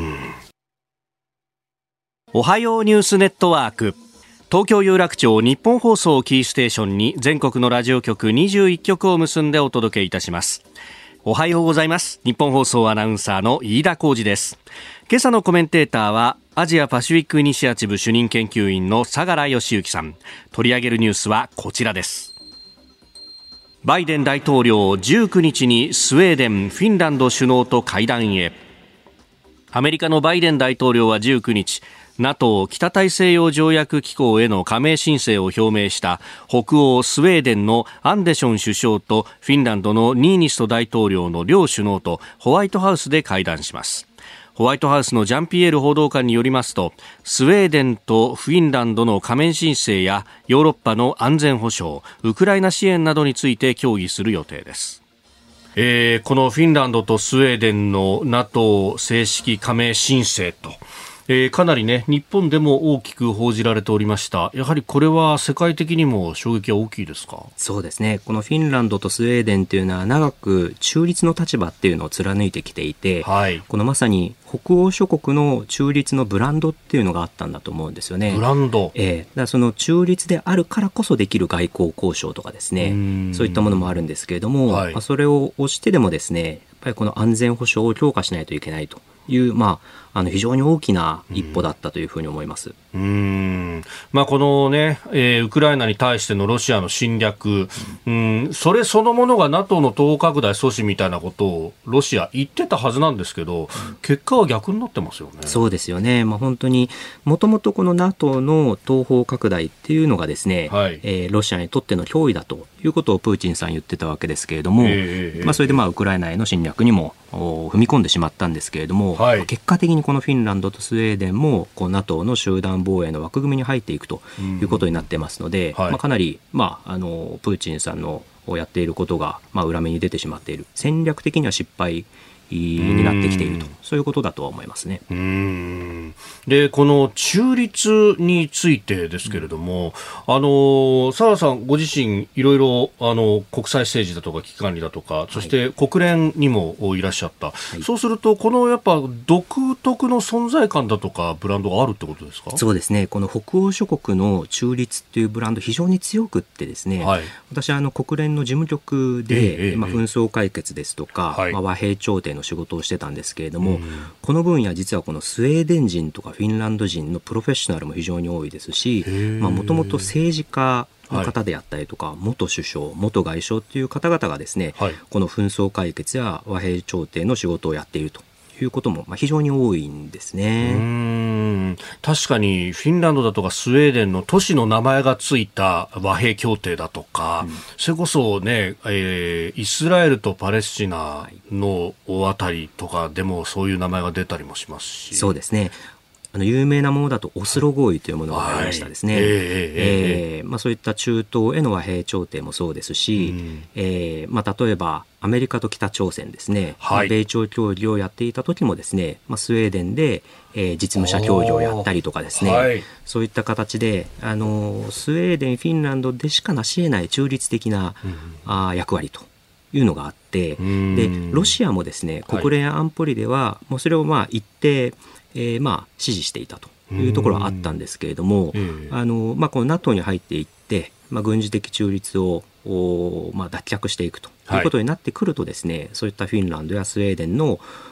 おはようニュースネットワーク、東京有楽町日本放送キーステーションに全国のラジオ局にじゅういっきょくを結んでお届けいたします。おはようございます。日本放送アナウンサーの飯田浩司です。今朝のコメンテーターはアジアパシフィックイニシアチブ主任研究員の相良義之さん。取り上げるニュースはこちらです。バイデン大統領じゅうくにちにスウェーデン、フィンランド首脳と会談へ。アメリカのバイデン大統領はじゅうくにち、NATO 北大西洋条約機構への加盟申請を表明した北欧スウェーデンのアンデション首相とフィンランドのニーニスト大統領の両首脳とホワイトハウスで会談します。ホワイトハウスのジャンピエール報道官によりますと、スウェーデンとフィンランドの加盟申請やヨーロッパの安全保障、ウクライナ支援などについて協議する予定です。えー、このフィンランドとスウェーデンの NATO 正式加盟申請と、えー、かなりね日本でも大きく報じられておりました。やはりこれは世界的にも衝撃は大きいですか？ そうですね。このフィンランドとスウェーデンというのは長く中立の立場っていうのを貫いてきていて、はい、このまさに北欧諸国の中立のブランドっていうのがあったんだと思うんですよね。 ブランド、 えー、だからその中立であるからこそできる外交交渉とかですね、そういったものもあるんですけれども、はい、まあ、それを押してでもですね、やっぱりこの安全保障を強化しないといけないという、まあ、あの非常に大きな一歩だったというふうに思います。 うーん、まあ、このね、えー、ウクライナに対してのロシアの侵略、うん、それそのものが NATO の東方拡大阻止みたいなことをロシア言ってたはずなんですけど、結果は逆になってますよね。 そうですよね。まあ、本当にもともとこの NATO の東方拡大っていうのがですね、はい、えー、ロシアにとっての脅威だということをプーチンさん言ってたわけですけれども、えーまあ、それでまあウクライナへの侵略にも踏み込んでしまったんですけれども、はい、結果的にこのフィンランドとスウェーデンもこう NATO の集団防衛の枠組みに入っていくということになってますので、はい、まあ、かなり、まあ、あのプーチンさんのやっていることが、まあ、裏目に出てしまっている、戦略的には失敗になってきていると、そういうことだとは思いますね。 うーん、でこの中立についてですけれども、うん、あの澤さんご自身いろいろあの国際政治だとか危機管理だとか、そして国連にもいらっしゃった、はい、そうするとこのやっぱ独特の存在感だとかブランドがあるってことですか？ そうですね。この北欧諸国の中立っていうブランド非常に強くってですね、はい、私はあの国連の事務局で、ええまあ、紛争解決ですとか、はい、まあ、和平調停の仕事をしてたんですけれども、うん、この分野実はこのスウェーデン人とかフィンランド人のプロフェッショナルも非常に多いですし、もともと政治家の方であったりとか、はい、元首相元外相という方々がですね、はい、この紛争解決や和平調停の仕事をやっているということもまあ非常に多いんですね。 うーん、確かにフィンランドだとかスウェーデンの都市の名前がついた和平協定だとか、うん、それこそね、えー、イスラエルとパレスチナの大あたりとかでもそういう名前が出たりもしますし。 そうですね。あの有名なものだとオスロ合意というものがありましたですね。はい、えーえーまあ、そういった中東への和平調停もそうですし、うん、えーまあ、例えばアメリカと北朝鮮ですね、はい、米朝協議をやっていた時もですね、まあ、スウェーデンで、えー、実務者協議をやったりとかですね、はい、そういった形であのスウェーデンフィンランドでしか成し得ない中立的な、うん、あ役割というのがあって、でロシアもですね国連安保理では、はい、もうそれをまあ一定えーまあ、支持していたというところはあったんですけれども、あのまあ、この NATO に入っていって、まあ、軍事的中立を、まあ、脱却していくということになってくるとですね、はい、そういったフィンランドやスウェーデンの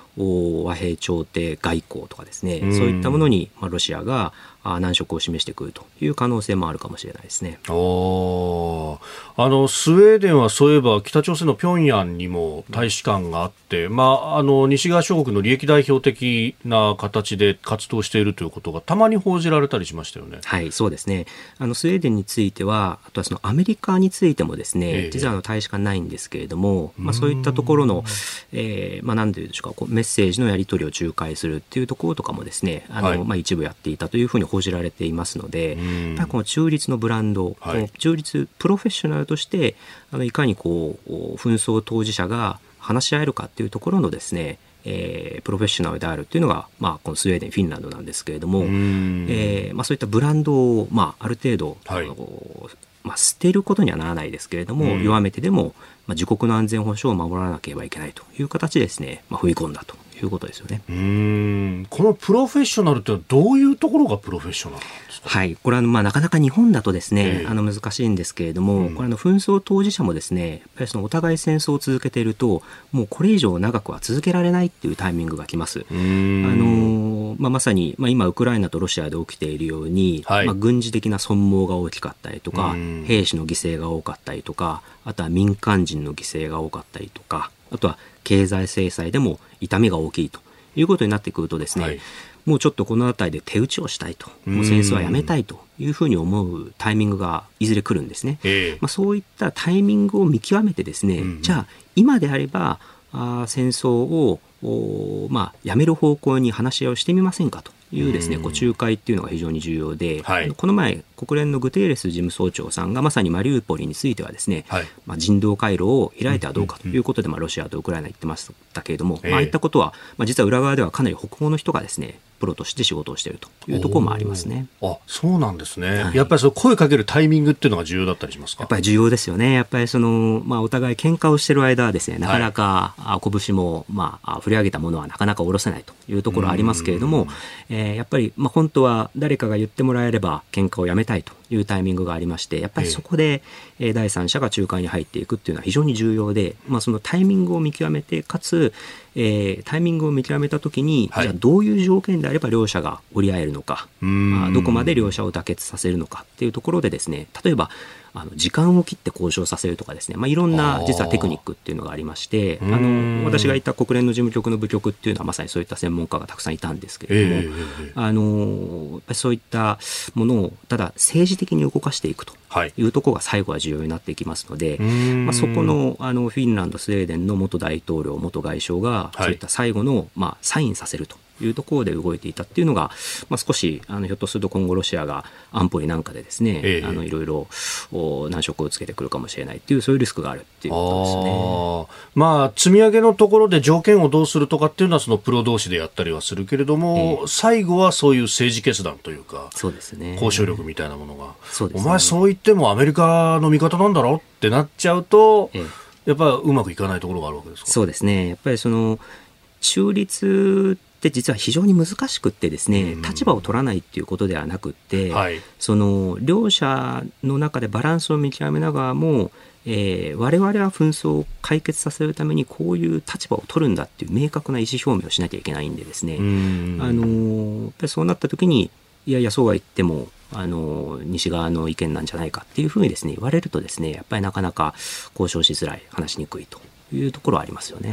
和平調停外交とかですね、そういったものに、まあ、ロシアが難色を示してくるという可能性もあるかもしれないですね。 おあのスウェーデンはそういえば北朝鮮の平壌にも大使館があって、まあ、あの西側諸国の利益代表的な形で活動しているということがたまに報じられたりしましたよね。 はい、そうですね。あのスウェーデンについては、あとはそのアメリカについてもですね、ええ、実はあの大使館ないんですけれども、まあ、そういったところの、えーまあ、なんていうんでしょうか、こうメッセージのやり取りを仲介するっていうところとかもですね、あの、はい、まあ、一部やっていたというふうに報じられていますので、やっぱりこの中立のブランド、はい、中立プロフェッショナルとしてあのいかにこう紛争当事者が話し合えるかっていうところのですね、えー、プロフェッショナルであるっていうのが、まあ、このスウェーデンフィンランドなんですけれども、えーまあ、そういったブランドを、まあ、ある程度、はい、あのまあ、捨てることにはならないですけれども、弱めてでも、まあ、自国の安全保障を守らなければいけないという形でですね、まあ、踏み込んだということですよね。 うーんこのプロフェッショナルってどういうところがプロフェッショナルなんですか？ はい、これはまあなかなか日本だとですね、えー、あの難しいんですけれども、うん、これあの紛争当事者もですね、やっぱりそのお互い戦争を続けているともうこれ以上長くは続けられないっていうタイミングが来ます。あの、まあ、まさに、まあ、今ウクライナとロシアで起きているように、はい、まあ、軍事的な損耗が大きかったりとか、兵士の犠牲が多かったりとか、あとは民間人の犠牲が多かったりとか、あとは経済制裁でも痛みが大きいということになってくるとですね、はい、もうちょっとこの辺りで手打ちをしたいと、もう戦争はやめたいというふうに思うタイミングがいずれ来るんですね。えーまあ、そういったタイミングを見極めてですね、うん、じゃあ今であればあ戦争をまあ、やめる方向に話し合いをしてみませんかというですね、こう仲介っていうのが非常に重要で、はい、この前国連のグテーレス事務総長さんがまさにマリウポリについてはですね、はい、まあ、人道回廊を開いてはどうかということで、まあ、ロシアとウクライナ言ってましたけれども、えーまああいったことは、まあ、実は裏側ではかなり北欧の人がですねプロとして仕事をしているというところもありますね。 あ、そうなんですね。はい、やっぱりその声かけるタイミングっていうのが重要だったりしますか？ やっぱり重要ですよね。やっぱりその、まあ、お互い喧嘩をしている間はですね、なかなか、はい、拳も、まあ、振り上げたものはなかなか下ろせないというところありますけれども、えー、やっぱり、まあ、本当は誰かが言ってもらえれば喧嘩をやめたいというタイミングがありまして、やっぱりそこで、えー、第三者が仲介に入っていくっていうのは非常に重要で、まあ、そのタイミングを見極めて、かつ、えー、タイミングを見極めたときに、はい、じゃあどういう条件であれば両者が折り合えるのか、まあ、どこまで両者を妥結させるのかっていうところでですね、例えばあの時間を切って交渉させるとかですね、まあ、いろんな実はテクニックっていうのがありまして、あの私がいた国連の事務局の部局っていうのはまさにそういった専門家がたくさんいたんですけれども、えー、あのやっぱりそういったものをただ政治的に動かしていくというところが最後は重要になっていきますので、まあ、そこの、あのフィンランドスウェーデンの元大統領元外相がそういった最後の、まあ、サインさせるというところで動いていたっていうのが、まあ、少しあのひょっとすると今後ロシアが安保理なんかでですね、ええ、あのいろいろ難色をつけてくるかもしれないっていうそういうリスクがあるっていうことですね。 あ、まあ、積み上げのところで条件をどうするとかっていうのはそのプロ同士でやったりはするけれども、え、最後はそういう政治決断というか、 そうですね、 交渉力みたいなものが、 そうですね、 お前そう言ってもアメリカの味方なんだろってなっちゃうと、やっぱりうまくいかないところがあるわけですか？ そうですね。やっぱりその中立で実は非常に難しくってですね、立場を取らないっていうことではなくって、はい、その両者の中でバランスを見極めながらも、えー、我々は紛争を解決させるためにこういう立場を取るんだっていう明確な意思表明をしなきゃいけないんでですね、あのやっぱりそうなった時にいやいやそうは言ってもあの西側の意見なんじゃないかっていうふうにですね言われるとですね、やっぱりなかなか交渉しづらい、話しにくいというところはありますよね。 うん、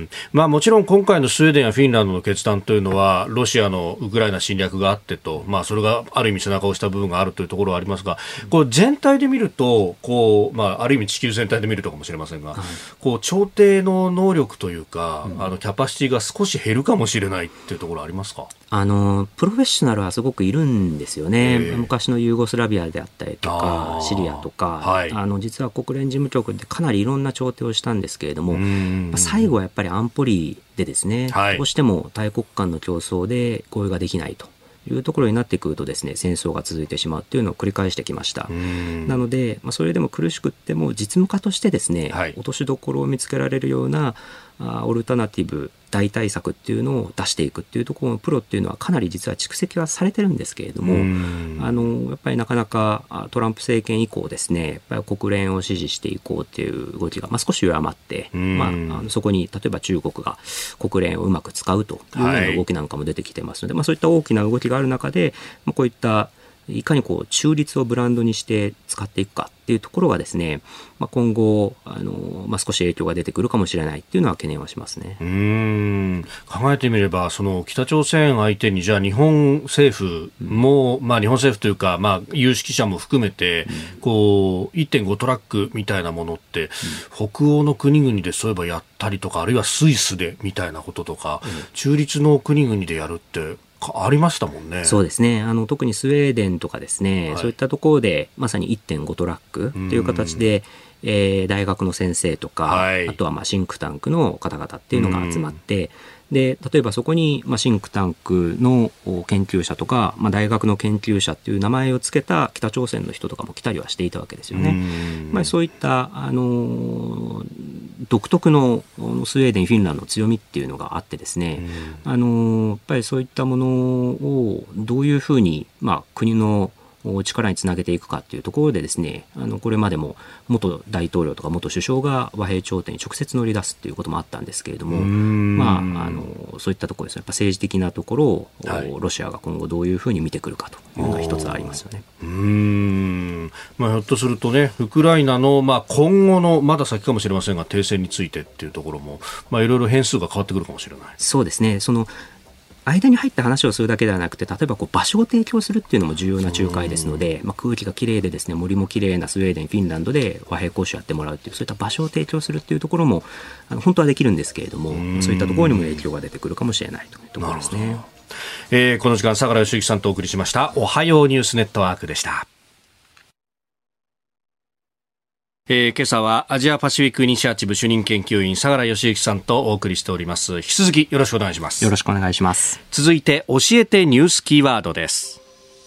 まあ、もちろん今回のスウェーデンやフィンランドの決断というのはロシアのウクライナ侵略があってと、まあ、それがある意味背中を押した部分があるというところはありますが、こう全体で見るとこう、まあ、ある意味地球全体で見るとかもしれませんが、はい、こう調停の能力というか、うん、あのキャパシティが少し減るかもしれないというところありますか？ あのプロフェッショナルはすごくいるんですよね。昔のユーゴスラビアであったりとかシリアとか、はい、あの実は国連事務局でかなりいろんな調停をしたんですけれども、最後はやっぱり安保理でですね、はい、どうしても大国間の競争で合意ができないというところになってくるとですね、戦争が続いてしまうというのを繰り返してきました。なので、まあ、それでも苦しくっても実務家としてですね、はい、落としどころを見つけられるようなあオルタナティブ代対策っていうのを出していくっていうところのプロっていうのはかなり実は蓄積はされてるんですけれども、あのやっぱりなかなかトランプ政権以降ですね、やっぱり国連を支持していこうっていう動きが、まあ、少し弱まって、まあ、あのそこに例えば中国が国連をうまく使うというような動きなんかも出てきてますので、はい、まあ、そういった大きな動きがある中で、まあ、こういったいかにこう中立をブランドにして使っていくかっていうところがですね、まあ、今後あの、まあ、少し影響が出てくるかもしれないっていうのは懸念はしますね。 うーん、考えてみればその北朝鮮相手にじゃあ日本政府も、うん、まあ、日本政府というか、まあ、有識者も含めて、うん、こう いってんご トラックみたいなものって、うん、北欧の国々でそういえばやったりとか、あるいはスイスでみたいなこととか、うん、中立の国々でやるってありましたもんね。 そうですね。あの特にスウェーデンとかですね、はい、そういったところでまさに いってんご トラックという形で、えー、大学の先生とか、はい、あとはまあシンクタンクの方々っていうのが集まって、で例えばそこに、まあ、シンクタンクの研究者とか、まあ、大学の研究者っていう名前をつけた北朝鮮の人とかも来たりはしていたわけですよね。まあ、そういった、あのー、独特のスウェーデンフィンランドの強みっていうのがあってですね、あのー、やっぱりそういったものをどういうふうに、まあ、国の力につなげていくかっていうところでですね、あのこれまでも元大統領とか元首相が和平調停に直接乗り出すっていうこともあったんですけれども、まあ、あのそういったところですね、やっぱ政治的なところを、はい、ロシアが今後どういうふうに見てくるかというのが一つありますよね。 うーん、まあ、ひょっとするとね、ウクライナの、まあ、今後のまだ先かもしれませんが停戦についてっていうところも、まあ、いろいろ変数が変わってくるかもしれない。 そうですね。その間に入った話をするだけではなくて、例えばこう場所を提供するっていうのも重要な仲介ですので、まあ、空気がきれいでですね、森もきれいなスウェーデン、フィンランドで和平交渉やってもらうっていう、そういった場所を提供するっていうところもあの本当はできるんですけれども、そういったところにも影響が出てくるかもしれないというところですね。 えー、この時間相良義之さんとお送りしましたおはようニュースネットワークでした。えー、今朝はアジアパシフィックイニシアチブ主任研究員相良義之さんとお送りしております。引き続きよろしくお願いします。 よろしくお願いします。 続いて教えてニュースキーワードです。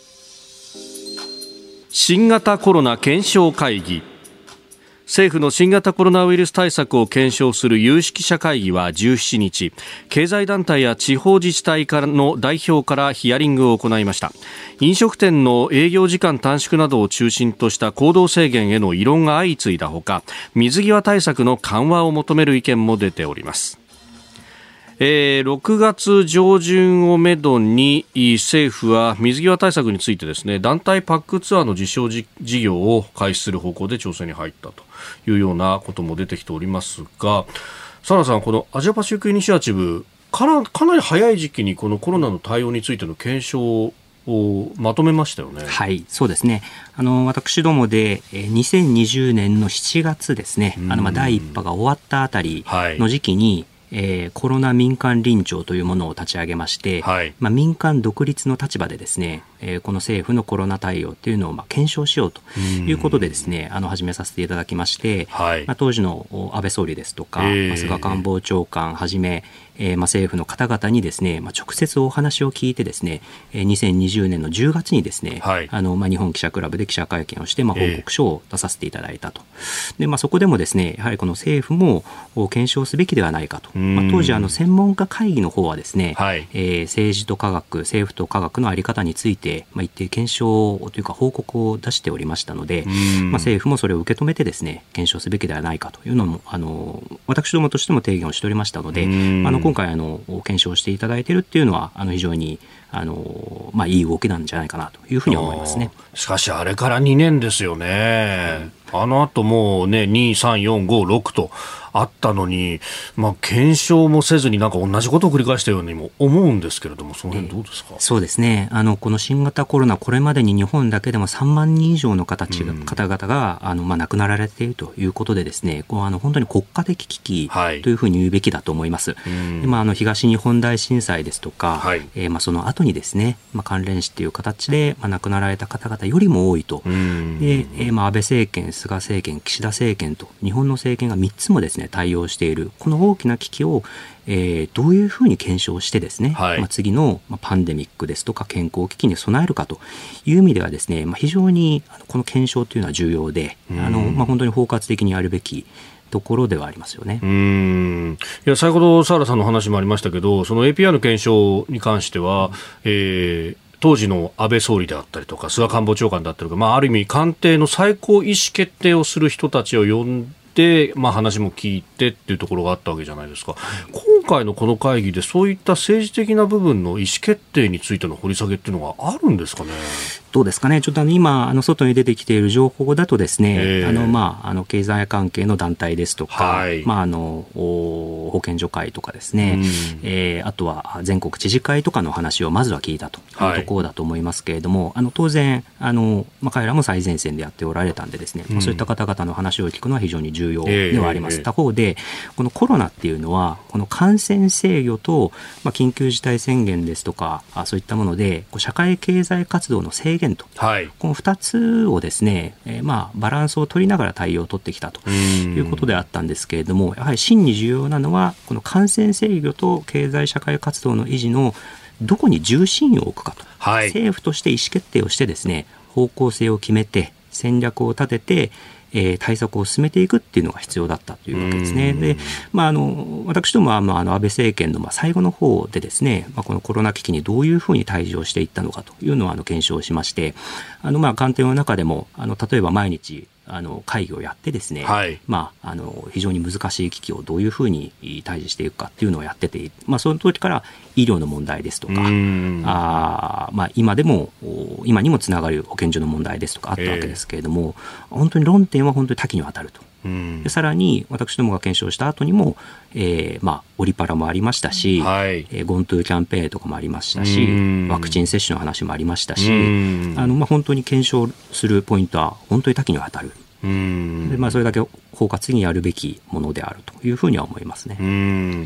新型コロナ検証会議。政府の新型コロナウイルス対策を検証する有識者会議はじゅうしちにち、経済団体や地方自治体からの代表からヒアリングを行いました。飲食店の営業時間短縮などを中心とした行動制限への異論が相次いだほか、水際対策の緩和を求める意見も出ております。えー、ろくがつ上旬をめどに政府は水際対策についてですね、団体パックツアーの実証事業を開始する方向で調整に入ったというようなことも出てきておりますが、サラさん、このアジアパシフィックイニシアチブかな、かなり早い時期にこのコロナの対応についての検証をまとめましたよね。 はい、そうですね。あの私どもでにせんにじゅうねんのしちがつですね、あのまあ第一波が終わったあたりの時期に、はい、えー、コロナ民間臨調というものを立ち上げまして、はい、まあ、民間独立の立場でですね、えー、この政府のコロナ対応というのをまあ検証しようということでですね、あの始めさせていただきまして、はい、まあ、当時の安倍総理ですとか、えー、菅官房長官はじめ、えー、まあ政府の方々にですね、まあ、直接お話を聞いてですね、にせんにじゅうねんのじゅうがつにですね、はい、あのまあ、日本記者クラブで記者会見をして、まあ、報告書を出させていただいたと。で、まあ、そこでもですね、やはりこの政府も検証すべきではないかと。まあ、当時あの専門家会議の方はですね、はい、えー、政治と科学、政府と科学の在り方について、まあ、一定検証というか報告を出しておりましたので、まあ、政府もそれを受け止めてですね、検証すべきではないかというのもあの私どもとしても提言をしておりましたので、あの今回あの検証していただいているっていうのはあの非常にあの、まあ、いい動きなんじゃないかなというふうに思いますね。 しかしあれからにねんですよね。あの後もうねに、さん、よん、ご、ろくとあったのに、まあ、検証もせずになんか同じことを繰り返したようにも思うんですけれども、その辺どうですか？ えー、そうですね。あのこの新型コロナ、これまでに日本だけでもさんまんにん以上の方々が、うん、あのまあ、亡くなられているということでですね、こうあの本当に国家的危機というふうに言うべきだと思います。はい、でまあ、あの東日本大震災ですとか、はい、えー、まあ、その後にですね、まあ、関連死という形で、まあ、亡くなられた方々よりも多いと。うん、で、えーまあ、安倍政権、菅政権、岸田政権と日本の政権がみっつもですね対応しているこの大きな危機を、えー、どういうふうに検証してですね、はい、まあ、次の、まあ、パンデミックですとか健康危機に備えるかという意味ではですね、まあ、非常にこの検証というのは重要で、あの、まあ、本当に包括的にやるべきところではありますよね。 うーん、いや先ほど澤田さんの話もありましたけど、その エーピーアイ の検証に関しては、えー、当時の安倍総理であったりとか菅官房長官であったりとか、まあ、ある意味官邸の最高意思決定をする人たちを呼んで、まあ、話も聞いてっていうところがあったわけじゃないですか。今回のこの会議でそういった政治的な部分の意思決定についての掘り下げっていうのがあるんですかね。 どうですかね。ちょっとあの今あの外に出てきている情報だとですね、えー、あのまああの経済関係の団体ですとか、はい、まああの保健所会とかですね、うん、えー、あとは全国知事会とかの話をまずは聞いたというところだと思いますけれども、はい、あの当然あの、まあ、彼らも最前線でやっておられたんでですね、うん、そういった方々の話を聞くのは非常に重要ではあります。えー、他方でこのコロナっていうのはこの感染制御と、まあ、緊急事態宣言ですとかあそういったものでこう社会経済活動の制限と、はい、このふたつをですね、えーまあ、バランスを取りながら対応を取ってきたということであったんですけれども、やはり真に重要なのはこの感染制御と経済社会活動の維持のどこに重心を置くかと、はい、政府として意思決定をしてですね、方向性を決めて戦略を立ててえー、対策を進めていくっていうのが必要だったというわけですね。で、まあ、あの私どもは、まあ、あの安倍政権のまあ最後の方でですね、まあ、このコロナ危機にどういうふうに対応していったのかというのをあの検証しまして、あのまあ官邸の中でもあの例えば毎日あの会議をやってですね、はい、まあ、あの非常に難しい危機をどういうふうに対峙していくかっていうのをやってて、まあ、その時から医療の問題ですとか、あ、まあ、今でも今にもつながる保健所の問題ですとかあったわけですけれども、えー、本当に論点は本当に多岐にわたると。でさらに私どもが検証した後にも、えーまあ、オリパラもありましたし、はい、えー、ゴントゥーキャンペーンとかもありましたし、ワクチン接種の話もありましたし、あの、まあ、本当に検証するポイントは本当に多岐にわたる。で、まあ、それだけ包括にやるべきものであるというふうには思いますね。 うん、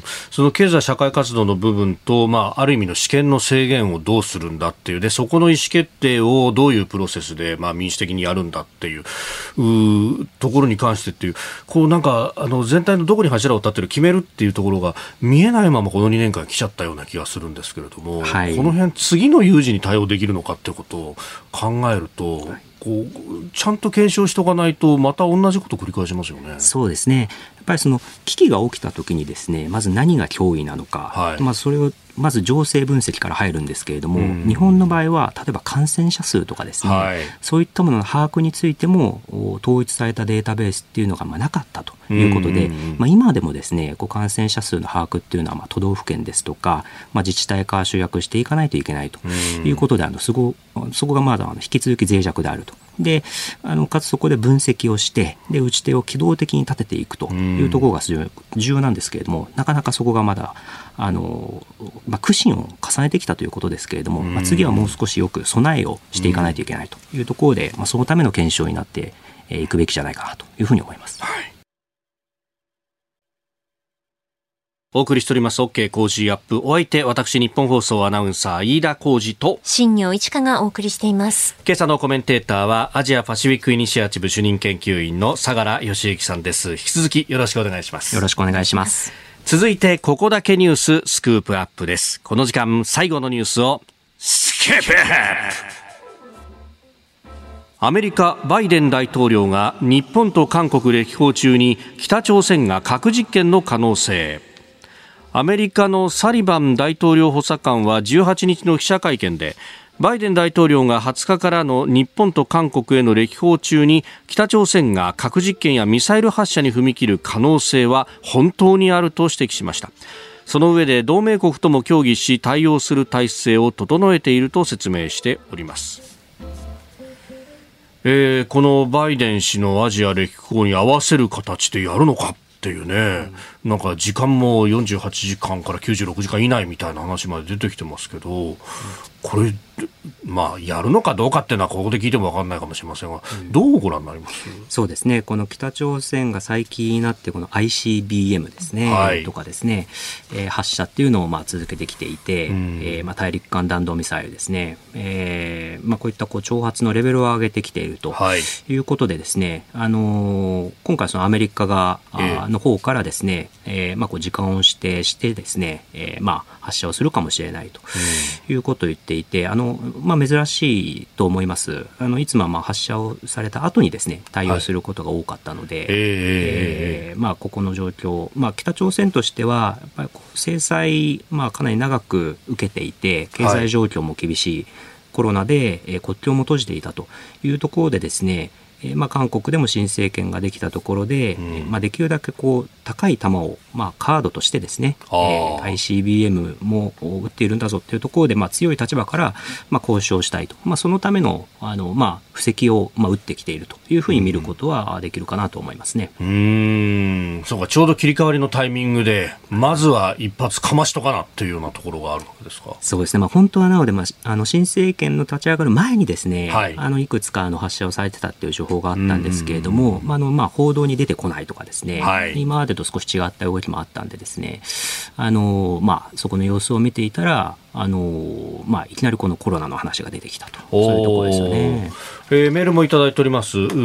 その経済社会活動の部分と、まあ、ある意味の私権の制限をどうするんだっていう、でそこの意思決定をどういうプロセスで、まあ、民主的にやるんだっていう、うところに関してっていう、こうなんかあの全体のどこに柱を立てる決めるっていうところが見えないままこのにねんかん来ちゃったような気がするんですけれども、はい、この辺次の有事に対応できるのかってことを考えると、はい、こうちゃんと検証しておかないとまた同じことを繰り返しますよね。 そうですね。やっぱりその危機が起きたときにですね、まず何が脅威なのか、はい、まあ、それをまず情勢分析から入るんですけれども、うん、日本の場合は例えば感染者数とかですね、はい、そういったものの把握についても統一されたデータベースっていうのがまあなかったということで、うん、まあ、今でもですねこう感染者数の把握っていうのはまあ都道府県ですとか、まあ、自治体から集約していかないといけないということで、あのそこ、そこがまだ引き続き脆弱であると。であのかつそこで分析をしてで打ち手を機動的に立てていくというところが重要なんですけれども、なかなかそこがまだあの、まあ、苦心を重ねてきたということですけれども、まあ、次はもう少しよく備えをしていかないといけないというところで、まあ、そのための検証になっていくべきじゃないかなというふうに思います。はい、 お送りしております OK 工事アップ。お相手私日本放送アナウンサー飯田浩司と新業一華がお送りしています。 今朝のコメンテーターはアジアパシフィックイニシアチブ主任研究員の相良義之さんです。引き続きよろしくお願いします。 よろしくお願いします。 続いてここだけニューススクープアップです。この時間最後のニュースをスキップアップ。アメリカバイデン大統領が日本と韓国歴訪中に北朝鮮が核実験の可能性。アメリカのサリバン大統領補佐官はじゅうはちにちの記者会見で、バイデン大統領がはつかからの日本と韓国への歴訪中に北朝鮮が核実験やミサイル発射に踏み切る可能性は本当にあると指摘しました。その上で同盟国とも協議し対応する体制を整えていると説明しております。えー、このバイデン氏のアジア歴訪に合わせる形でやるのかっていうね、うん、なんか時間もよんじゅうはちじかんからきゅうじゅうろくじかん以内みたいな話まで出てきてますけど、うん、これまあやるのかどうかっていうのはここで聞いても分かんないかもしれませんが、うん、どうご覧になります？ そうですね、この北朝鮮が最近になってこの アイシービーエム ですね、はい、とかですね、えー、発射っていうのをまあ続けてきていて、うん、えー、まあ大陸間弾道ミサイルですね、えまあ、こういったこう挑発のレベルを上げてきているということでですね、はい、あのー、今回そのアメリカが、えー、の方からですね、えーまあ、こう時間を指定してですね、えーまあ、発射をするかもしれないということを言っていて、あの、まあ、珍しいと思います。あのいつもはまあ発射をされた後にですね対応することが多かったので、はい、えーまあ、ここの状況、まあ、北朝鮮としてはやっぱりこう制裁、まあ、かなり長く受けていて経済状況も厳しい、はい、コロナで、えー、国境も閉じていたというところでですね、えーまあ、韓国でも新政権ができたところで、うんえーまあ、できるだけこう高い球を、まあ、カードとしてですね、えー、アイシービーエム も打っているんだぞというところで、まあ、強い立場から、まあ、交渉したいと、まあ、そのための、あの、まあ、布石を、まあ、打ってきているというふうに見ることはできるかなと思いますね。 うーん、そうか、ちょうど切り替わりのタイミングでまずは一発かましとかなというようなところがあるわけですか。 そうですね、まあ、本当はなので、まあ、あの新政権の立ち上がる前にですね、はい、あのいくつかの発射をされてたという情報があったんですけれども、まああのまあ、報道に出てこないとかですね、はい、今までと少し違った動きもあったんでですね、あの、まあ、そこの様子を見ていたらあの、まあ、いきなりこのコロナの話が出てきたと、そういうところですよね。 えー、メールもいただいております。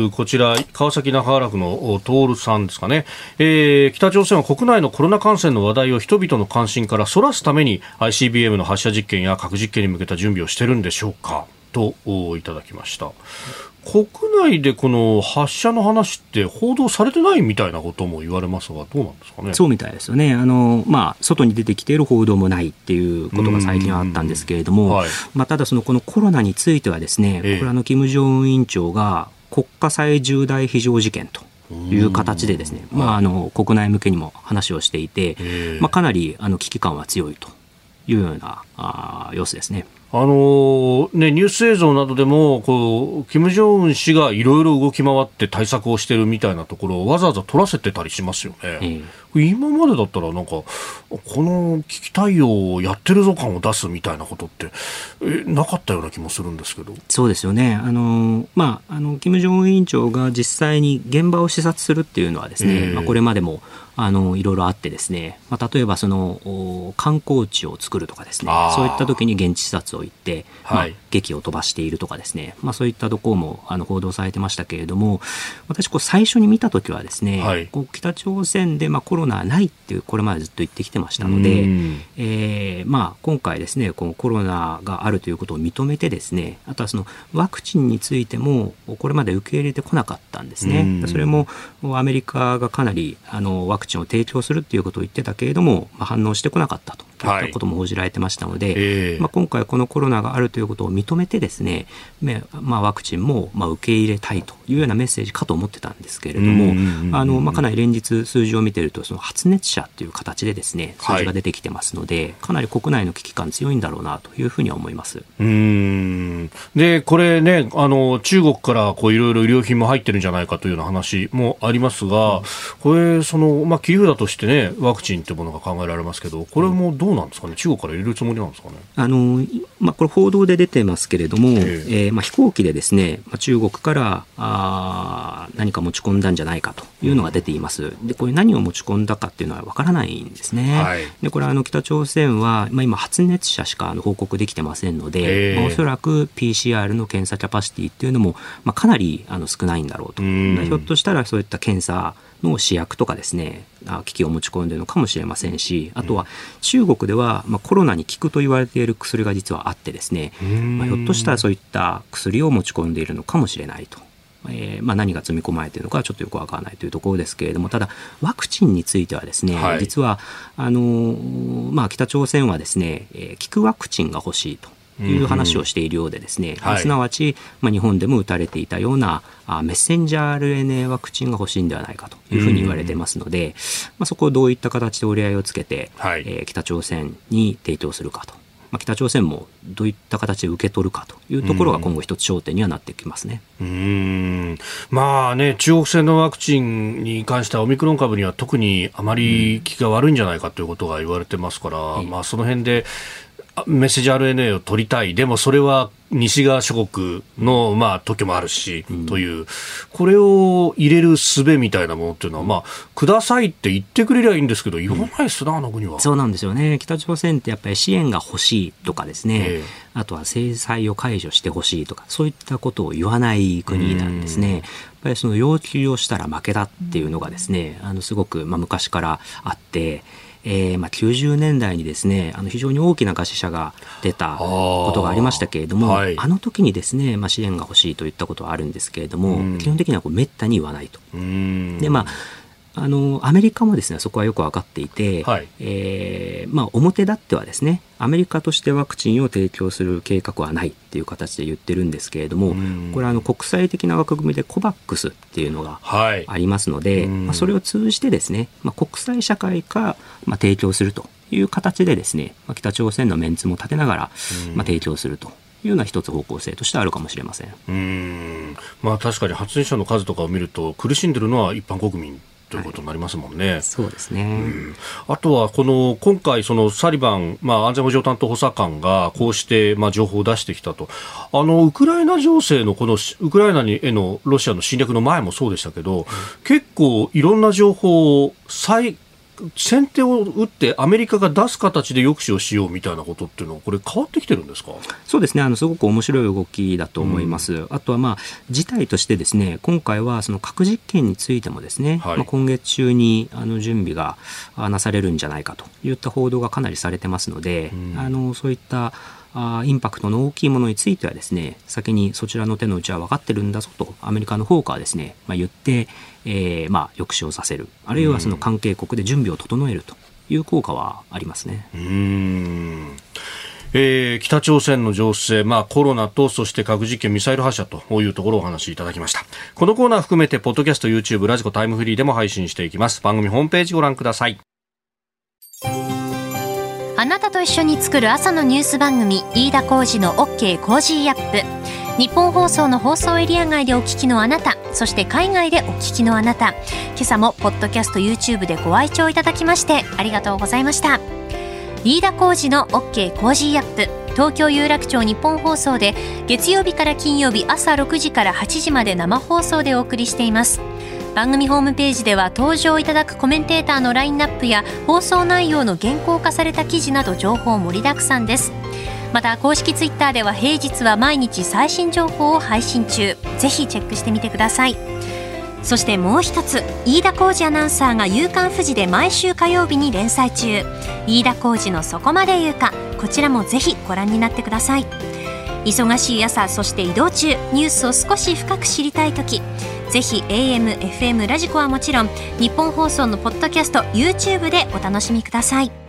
こちら川崎中原区の徹さんですかね、えー、北朝鮮は国内のコロナ感染の話題を人々の関心からそらすために アイシービーエム の発射実験や核実験に向けた準備をしているんでしょうかといただきました。国内でこの発射の話って報道されてないみたいなことも言われますが、どうなんですかね。 そうみたいですよね。あの、まあ、外に出てきている報道もないっていうことが最近はあったんですけれども、はい、まあ、ただそのこのコロナについてはですね、ええ、これあの金正恩委員長が国家最重大非常事件という形でですね、まあ、あの国内向けにも話をしていて、ええ、まあ、かなりあの危機感は強いというようなあ様子ですね。 あのーね、ニュース映像などでもこう金正恩氏がいろいろ動き回って対策をしているみたいなところをわざわざ撮らせてたりしますよね、ええ、今までだったらなんかこの危機対応をやってるぞ感を出すみたいなことってえなかったような気もするんですけど。 そうですよね。あの、まあ、あの金正恩委員長が実際に現場を視察するっていうのはですね、えーまあ、これまでもあのいろいろあってですね、まあ、例えばその観光地を作るとかですね、そういった時に現地視察を行って、はい、まあ、劇を飛ばしているとかですね、まあ、そういったところもあの報道されてましたけれども、私こう最初に見た時はですね、はい、こう北朝鮮でまあコロナないっていうこれまでずっと言ってきてましたので、えーまあ、今回ですねこのコロナがあるということを認めてですね、あとはそのワクチンについてもこれまで受け入れてこなかったんですね。それもアメリカがかなりあのワクチンを提供するということを言ってたけれども、まあ、反応してこなかったといったことも報じられてましたので、はい、えーまあ、今回このコロナがあるということを認めてですね、まあ、ワクチンもまあ受け入れたいというようなメッセージかと思ってたんですけれども、あの、まあ、かなり連日数字を見ているとその発熱者という形でですね数字が出てきてますので、はい、かなり国内の危機感強いんだろうなというふうには思います。 うーんでこれね、あの中国からこういろいろ医療品も入ってるんじゃないかというような話もありますが、うん、これその、まあ、切り札としてねワクチンというものが考えられますけど、これもどうなんですかね、中国から入れるつもりなんですかね。 あの、まあ、これ報道で出てますけれども、えーえーまあ、飛行機でですね、まあ、中国からあ何か持ち込んだんじゃないかというのが出ています。でこれ何を持ち込んだかっていうのはわからないんですね、はい、でこれはあの北朝鮮は、まあ、今発熱者しかあの報告できてませんので、えーまあ、おそらく ピーシーアール の検査キャパシティっていうのも、まあ、かなりあの少ないんだろうと。うひょっとしたらそういった検査の試薬とかですね機器を持ち込んでいるのかもしれませんし、あとは中国では、まあ、コロナに効くと言われている薬が実はあってですね、まあ、ひょっとしたらそういった薬を持ち込んでいるのかもしれないと、えーまあ、何が積み込まれているのかはちょっとよくわからないというところですけれども、ただワクチンについてはですね、はい、実はあのーまあ、北朝鮮はですね、えー、効くワクチンが欲しいという話をしているようでですね、うんうん、すなわち、まあ、日本でも打たれていたようなあメッセンジャー アールエヌエー ワクチンが欲しいんではないかというふうに言われてますので、うんうん、まあ、そこをどういった形で折り合いをつけて、はい、えー、北朝鮮に提供するかと、まあ、北朝鮮もどういった形で受け取るかというところが今後一つ焦点にはなってきますね。 うーん、まあね、中国製のワクチンに関してはオミクロン株には特にあまり効きが悪いんじゃないかということが言われてますから、うん、まあ、その辺でメッセージ アールエヌエー を取りたい、でもそれは西側諸国の、まあ、特許もあるし、うん、というこれを入れる術みたいなものっていうのは、まあ、くださいって言ってくれりゃいいんですけど言わないですな、うん、あの国は。 そうなんですよね。北朝鮮ってやっぱり支援が欲しいとかですね、えー、あとは制裁を解除してほしいとかそういったことを言わない国なんですね。やっぱりその要求をしたら負けだっていうのがですね、あのすごく、まあ、昔からあって、えーまあ、きゅうじゅうねんだいにですね、あの非常に大きな餓死者が出たことがありましたけれども、あ,、はい、あの時にですね、まあ、支援が欲しいといったことはあるんですけれども、基本的にはこうめったに言わないと。で、まああのアメリカもですねそこはよく分かっていて、はい、えーまあ、表立ってはですねアメリカとしてワクチンを提供する計画はないっていう形で言ってるんですけれども、これはあの国際的な枠組みでコバックスっていうのがありますので、はい、まあ、それを通じてですね、まあ、国際社会がまあ提供するという形でですね、まあ、北朝鮮のメンツも立てながらまあ提供するというような一つ方向性としてあるかもしれません。 うーん、まあ、確かに発電者の数とかを見ると苦しんでるのは一般国民ということになりますもんね。はい、 そうですね。 うん、あとはこの今回そのサリバン、まあ、安全保障担当補佐官がこうしてまあ情報を出してきたと、あのウクライナ情勢のこのウクライナへのロシアの侵略の前もそうでしたけど、うん、結構いろんな情報を再先手を打ってアメリカが出す形で抑止をしようみたいなことっていうのはこれ変わってきてるんですか？ そうですね、あのすごく面白い動きだと思います。うん、あとはまあ事態としてですね、今回はその核実験についてもですね、はい、まあ、今月中にあの準備がなされるんじゃないかといった報道がかなりされてますので、うん、あのそういったあインパクトの大きいものについてはですね、先にそちらの手の内は分かってるんだぞとアメリカの方からですね、まあ、言って、えーまあ、抑止をさせる、あるいはその関係国で準備を整えるという効果はありますね。 うーん、えー、北朝鮮の情勢、まあ、コロナとそして核実験ミサイル発射というところをお話しいただきました。このコーナー含めてポッドキャスト YouTube ラジコタイムフリーでも配信していきます。番組ホームページご覧ください。 あなたと一緒に作る朝のニュース番組飯田浩司の OK コージーアップ。日本放送の放送エリア外でお聞きのあなた、そして海外でお聞きのあなた、今朝もポッドキャスト YouTube でご愛聴いただきましてありがとうございました。飯田浩司の OK コージーアップ、東京有楽町日本放送で月曜日から金曜日朝ろくじからはちじまで生放送でお送りしています。番組ホームページでは登場いただくコメンテーターのラインナップや放送内容の原稿化された記事など情報盛りだくさんです。また公式ツイッターでは平日は毎日最新情報を配信中、ぜひチェックしてみてください。そしてもう一つ、飯田浩司アナウンサーが夕刊フジで毎週火曜日に連載中、飯田浩司のそこまで言うか、こちらもぜひご覧になってください。忙しい朝、そして移動中、ニュースを少し深く知りたいとき、ぜひ エーエム、エフエム ラジコはもちろん日本放送のポッドキャスト YouTube でお楽しみください。